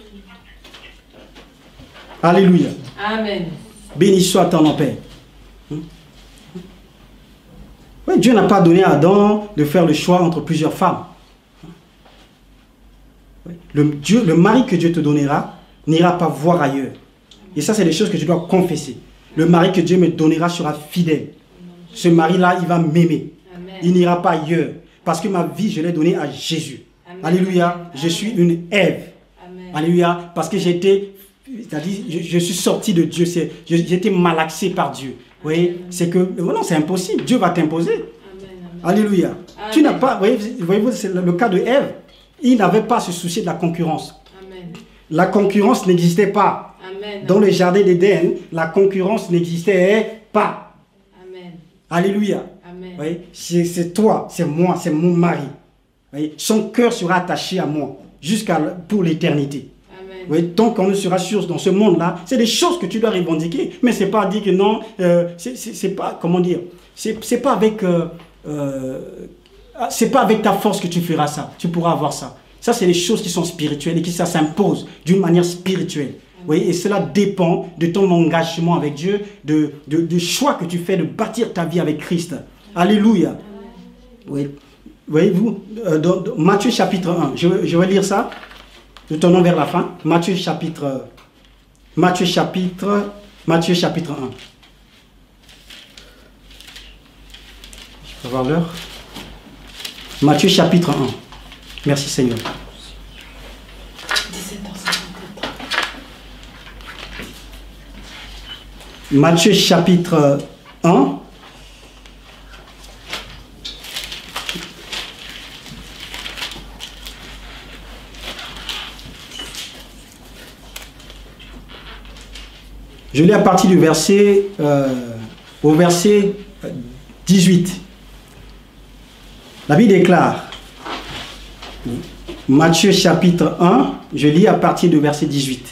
A: Alléluia. Amen. Béni soit ton nom, Père. Oui, Dieu n'a pas donné à Adam de faire le choix entre plusieurs femmes. Le mari que Dieu te donnera n'ira pas voir ailleurs. Et ça, c'est des choses que je dois confesser. Le mari que Dieu me donnera sera fidèle. Ce mari-là, il va m'aimer. Il n'ira pas ailleurs. Parce que ma vie, je l'ai donnée à Jésus. Amen. Alléluia. Amen. Je suis une Ève. Amen. Alléluia. Parce que c'est-à-dire, je suis sorti de Dieu. J'ai été malaxé par Dieu. Vous voyez, c'est que, non, c'est impossible. Dieu va t'imposer. Alléluia. Amen. Tu n'as pas, voyez-vous, c'est le cas de Ève. Il n'avait pas à se soucier de la concurrence. Amen. La concurrence n'existait pas. Amen. Dans le jardin d'Éden, la concurrence n'existait pas. Amen. Alléluia. Amen. C'est toi, c'est moi, c'est mon mari. Voyez, son cœur sera attaché à moi pour l'éternité. Tant qu'on sera sûr dans ce monde-là, c'est des choses que tu dois revendiquer. Mais c'est pas dire que non, c'est pas, comment dire, c'est pas avec ta force que tu feras ça. Tu pourras avoir ça. Ça, c'est des choses qui sont spirituelles et qui ça s'impose d'une manière spirituelle. Oui, et cela dépend de ton engagement avec Dieu, du choix que tu fais de bâtir ta vie avec Christ. Alléluia. Oui. Voyez-vous, dans Matthieu chapitre 1, je vais lire ça. Nous tournons vers la fin. Matthieu chapitre 1. Je vais voir l'heure. Matthieu chapitre 1. Merci Seigneur.
B: 17h54.
A: Matthieu chapitre 1. Je lis à partir du verset, au verset 18. La Bible déclare, Matthieu chapitre 1, je lis à partir du verset 18.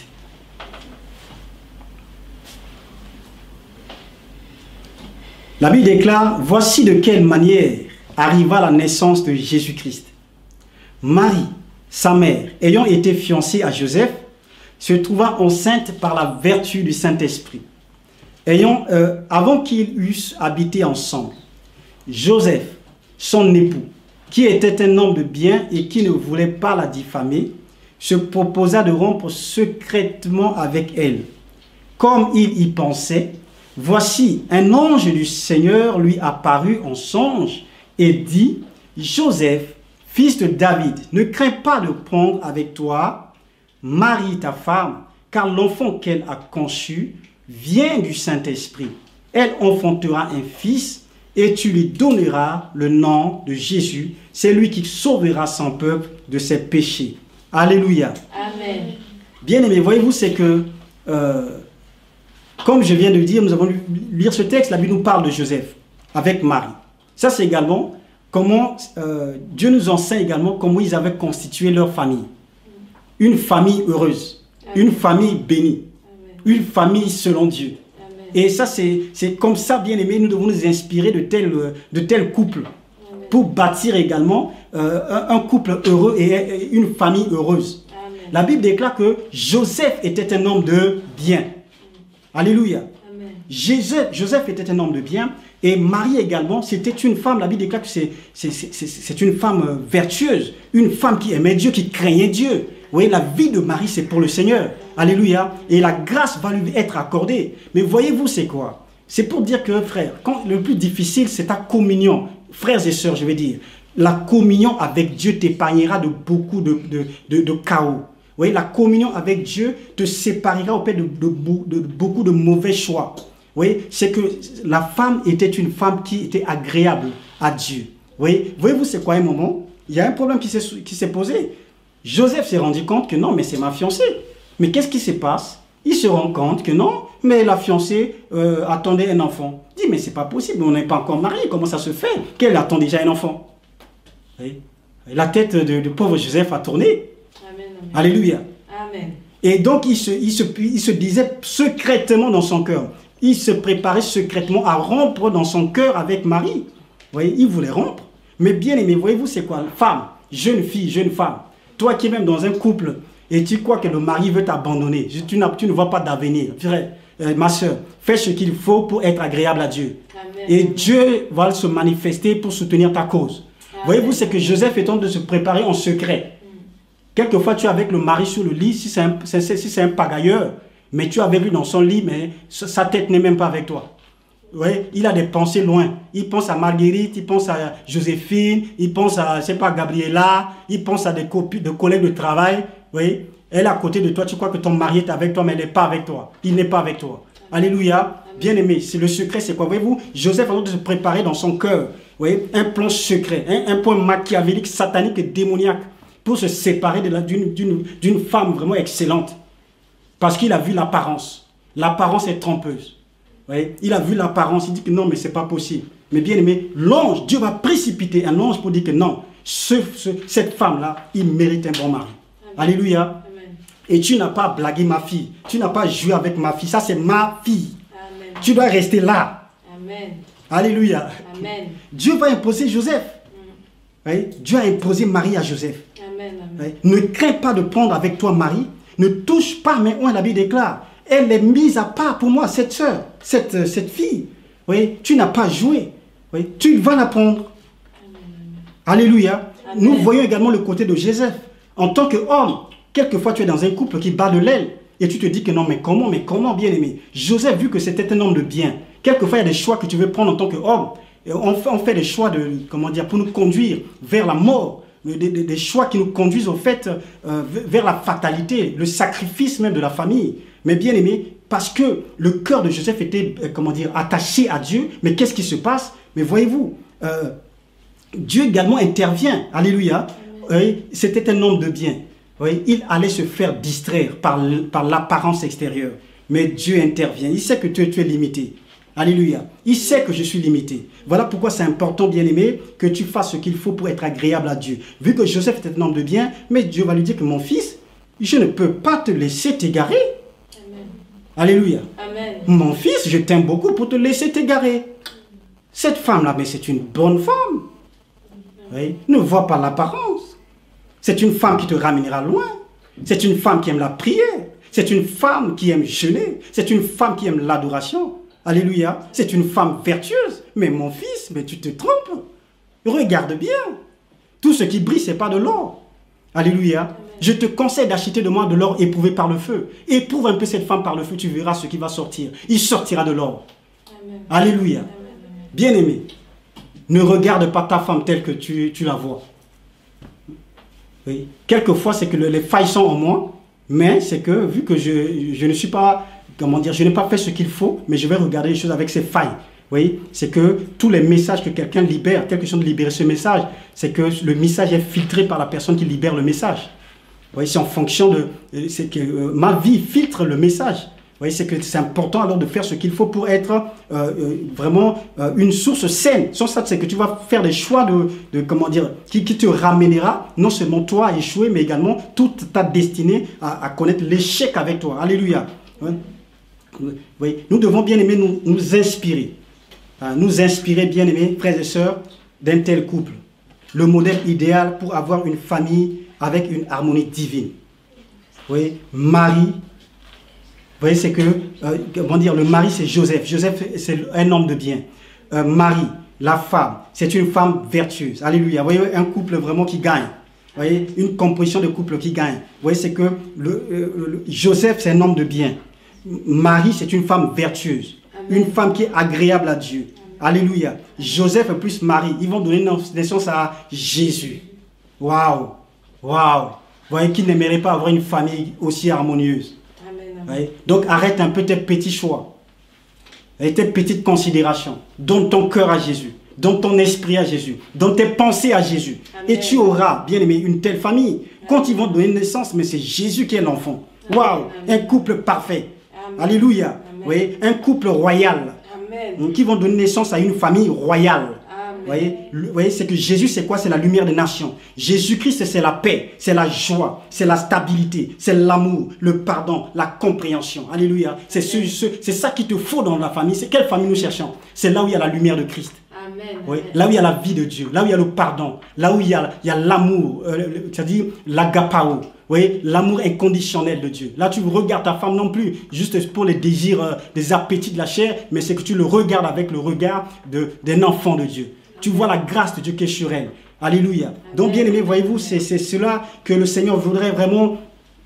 A: La Bible déclare, voici de quelle manière arriva la naissance de Jésus-Christ. Marie, sa mère, ayant été fiancée à Joseph, se trouva enceinte par la vertu du Saint-Esprit. Avant qu'ils eussent habité ensemble, Joseph, son époux, qui était un homme de bien et qui ne voulait pas la diffamer, se proposa de rompre secrètement avec elle. Comme il y pensait, voici, un ange du Seigneur lui apparut en songe et dit, « Joseph, fils de David, ne crains pas de prendre avec toi Marie, ta femme, car l'enfant qu'elle a conçu vient du Saint-Esprit. Elle enfantera un fils et tu lui donneras le nom de Jésus. C'est lui qui sauvera son peuple de ses péchés. » Alléluia.
B: Amen.
A: Bien aimé, voyez-vous, c'est que, comme je viens de dire, nous avons lire ce texte, la Bible nous parle de Joseph avec Marie. Ça, c'est également comment Dieu nous enseigne également comment ils avaient constitué leur famille. Une famille heureuse, une famille bénie, une famille selon Dieu. Et ça, c'est comme ça, bien aimé, nous devons nous inspirer de tels couples pour bâtir également un couple heureux et une famille heureuse.
B: Amen.
A: La Bible déclare que Joseph était un homme de bien. Alléluia.
B: Amen.
A: Joseph était un homme de bien et Marie également, c'était une femme, la Bible déclare que c'est une femme vertueuse, une femme qui aimait Dieu, qui craignait Dieu. Vous voyez, la vie de Marie, c'est pour le Seigneur. Alléluia. Et la grâce va lui être accordée. Mais voyez-vous, c'est quoi? C'est pour dire que, frère, le plus difficile, c'est ta communion. Frères et sœurs, je vais dire, la communion avec Dieu t'épargnera de beaucoup de chaos. Vous voyez, la communion avec Dieu te séparera auprès de beaucoup de mauvais choix. Vous voyez, c'est que la femme était une femme qui était agréable à Dieu. Voyez-vous, c'est quoi un moment? Il y a un problème qui s'est posé. Joseph s'est rendu compte que non, mais c'est ma fiancée. Mais qu'est-ce qui se passe? Il se rend compte que non, mais la fiancée attendait un enfant. Il dit, mais c'est pas possible, on n'est pas encore mariés, comment ça se fait qu'elle attend déjà un enfant? Et la tête de pauvre Joseph a tourné.
B: Amen, amen.
A: Alléluia.
B: Amen.
A: Et donc il se disait secrètement dans son cœur, il se préparait secrètement à rompre dans son cœur avec Marie. Vous voyez, il voulait rompre. Mais bien aimé, voyez-vous, c'est quoi? Femme, jeune fille, jeune femme, toi qui es même dans un couple, et tu crois que le mari veut t'abandonner, tu ne vois pas d'avenir. Frère, ma soeur, fais ce qu'il faut pour être agréable à Dieu.
B: Amen.
A: Et Dieu va se manifester pour soutenir ta cause. Voyez-vous, c'est que Joseph est en train de se préparer en secret. Quelquefois, tu es avec le mari sur le lit, si c'est un pagailleur, mais tu es avec lui dans son lit, mais sa tête n'est même pas avec toi. Ouais, il a des pensées loin. Il pense à Marguerite, il pense à Joséphine, il pense à, je sais pas, Gabriella, il pense à des collègues de travail. Oui, elle est à côté de toi, tu crois que ton mari est avec toi, mais elle n'est pas avec toi. Il n'est pas avec toi. Alléluia. Bien aimé, c'est le secret, c'est quoi? Voyez-vous, Joseph est en train de se préparer dans son cœur. Vous voyez, un plan secret, un point machiavélique, satanique et démoniaque pour se séparer d'une femme vraiment excellente. Parce qu'il a vu l'apparence. L'apparence est trompeuse. Vous voyez, il a vu l'apparence, il dit que non, mais ce n'est pas possible. Mais bien aimé, l'ange, Dieu va précipiter un ange pour dire que non, cette femme-là, il mérite un bon mari. Amen. Alléluia.
B: Amen.
A: Et tu n'as pas blagué ma fille. Tu n'as pas joué avec ma fille. Ça, c'est ma fille.
B: Amen.
A: Tu dois rester là.
B: Amen.
A: Alléluia.
B: Amen.
A: Dieu va imposer Joseph. Oui? Dieu a imposé Marie à Joseph.
B: Amen. Amen.
A: Oui? Ne crains pas de prendre avec toi Marie. Ne touche pas, mais la Bible déclare. Elle est mise à part pour moi, cette sœur, cette fille. Oui? Tu n'as pas joué. Oui? Tu vas la prendre. Alléluia.
B: Amen.
A: Nous voyons également le côté de Joseph. En tant qu'homme, quelquefois tu es dans un couple qui bat de l'aile et tu te dis que non, mais comment bien aimé? Joseph, vu que c'était un homme de bien, quelquefois il y a des choix que tu veux prendre en tant qu'homme. On fait des choix pour nous conduire vers la mort, des choix qui nous conduisent au fait vers la fatalité, le sacrifice même de la famille. Mais bien aimé, parce que le cœur de Joseph était, attaché à Dieu, mais qu'est-ce qui se passe? Mais voyez-vous, Dieu également intervient. Alléluia. Oui, c'était un homme de bien. Oui, il allait se faire distraire par l'apparence extérieure. Mais Dieu intervient. Il sait que tu es limité. Alléluia. Il sait que je suis limité. Voilà pourquoi c'est important, bien-aimé, que tu fasses ce qu'il faut pour être agréable à Dieu. Vu que Joseph était un homme de bien, mais Dieu va lui dire que mon fils, je ne peux pas te laisser t'égarer. Alléluia.
B: Amen.
A: Mon fils, je t'aime beaucoup pour te laisser t'égarer. Cette femme-là, mais c'est une bonne femme. Oui. Ne vois pas l'apparence. C'est une femme qui te ramènera loin. C'est une femme qui aime la prière. C'est une femme qui aime jeûner. C'est une femme qui aime l'adoration. Alléluia. C'est une femme vertueuse. Mais mon fils, mais tu te trompes. Regarde bien. Tout ce qui brille, ce n'est pas de l'or. Alléluia. Je te conseille d'acheter de moi de l'or éprouvé par le feu. Éprouve un peu cette femme par le feu, tu verras ce qui va sortir. Il sortira de l'or. Alléluia. Bien-aimé, ne regarde pas ta femme telle que tu la vois. Oui. Quelquefois, c'est que les failles sont en moi, mais c'est que, vu que je ne suis pas, je n'ai pas fait ce qu'il faut, mais je vais regarder les choses avec ces failles. Oui, c'est que tous les messages que quelqu'un libère, quelque chose de libérer ce message, c'est que le message est filtré par la personne qui libère le message. voyez, c'est en fonction de... C'est que ma vie filtre le message. Vous voyez, c'est que c'est important alors de faire ce qu'il faut pour être vraiment une source saine. Sans ça, c'est que tu vas faire des choix comment dire, qui te ramènera non seulement toi à échouer, mais également toute ta destinée à connaître l'échec avec toi. Alléluia. Ouais. Vous voyez, nous devons bien aimer nous inspirer. Nous inspirer, bien aimés, frères et sœurs, d'un tel couple. Le modèle idéal pour avoir une famille avec une harmonie divine. Vous voyez, Marie... Vous voyez, c'est que, comment dire, le mari, c'est Joseph. Joseph, c'est un homme de bien. Marie, la femme, c'est une femme vertueuse. Alléluia. Vous voyez, un couple vraiment qui gagne. Vous voyez, une composition de couple qui gagne. Vous voyez, c'est que Joseph, c'est un homme de bien. Marie, c'est une femme vertueuse. Amen. Une femme qui est agréable à Dieu. Amen. Alléluia. Joseph plus Marie, ils vont donner naissance à Jésus. Waouh. Waouh. Vous voyez, qui n'aimerait pas avoir une famille aussi harmonieuse? Oui. Donc arrête un peu tes petits choix et tes petites considérations. Donne ton cœur à Jésus, donne ton esprit à Jésus, donne tes pensées à Jésus. Amen. Et tu auras, bien aimé, une telle famille. Amen. Quand ils vont donner naissance, mais c'est Jésus qui est l'enfant. Waouh, un couple parfait. Amen. Alléluia. Oui, un couple royal. Amen. Donc ils vont donner naissance à une famille royale. Vous voyez, c'est que Jésus, c'est quoi? C'est la lumière des nations. Jésus-Christ, c'est la paix, c'est la joie, c'est la stabilité, c'est l'amour, le pardon, la compréhension. Alléluia. C'est ça qu'il te faut dans la famille. C'est quelle famille nous cherchons? C'est là où il y a la lumière de Christ. Amen. Oui, là où il y a la vie de Dieu, là où il y a le pardon, là où il y a l'amour, c'est-à-dire l'agapao. Oui, l'amour inconditionnel de Dieu. Là, tu regardes ta femme non plus juste pour les désirs, des appétits de la chair, mais c'est que tu le regardes avec le regard d'un enfant de Dieu. Tu vois la grâce de Dieu qui est sur elle. Alléluia. Amen. Donc, bien aimé, voyez-vous, c'est cela que le Seigneur voudrait vraiment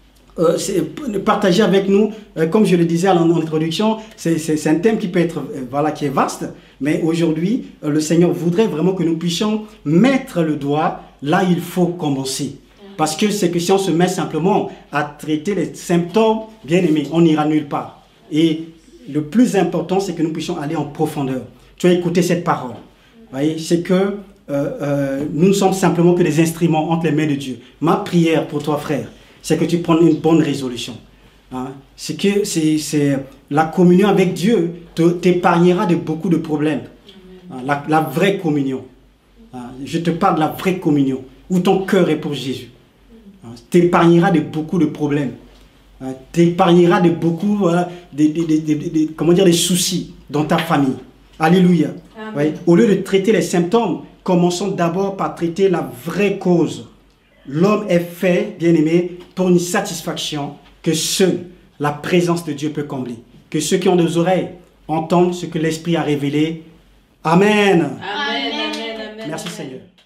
A: partager avec nous. Comme je le disais en introduction, c'est un thème qui peut être, voilà, qui est vaste. Mais aujourd'hui, le Seigneur voudrait vraiment que nous puissions mettre le doigt là où il faut commencer. Parce que c'est que si on se met simplement à traiter les symptômes, bien aimé, on n'ira nulle part. Et le plus important, c'est que nous puissions aller en profondeur. Tu as écouté cette parole. C'est que nous ne sommes simplement que des instruments entre les mains de Dieu. Ma prière pour toi, frère, c'est que tu prennes une bonne résolution. Hein? C'est que la communion avec Dieu t'épargnera de beaucoup de problèmes. Hein? La vraie communion. Hein? Je te parle de la vraie communion, où ton cœur est pour Jésus. Hein? T'épargnera de beaucoup de problèmes. Hein? T'épargnera de beaucoup comment dire, des soucis dans ta famille. Alléluia. Ouais. Au lieu de traiter les symptômes, commençons d'abord par traiter la vraie cause. L'homme est fait, bien aimé, pour une satisfaction que seule la présence de Dieu peut combler. Que ceux qui ont des oreilles entendent ce que l'Esprit a révélé. Amen. Amen. Amen. Amen. Merci Seigneur.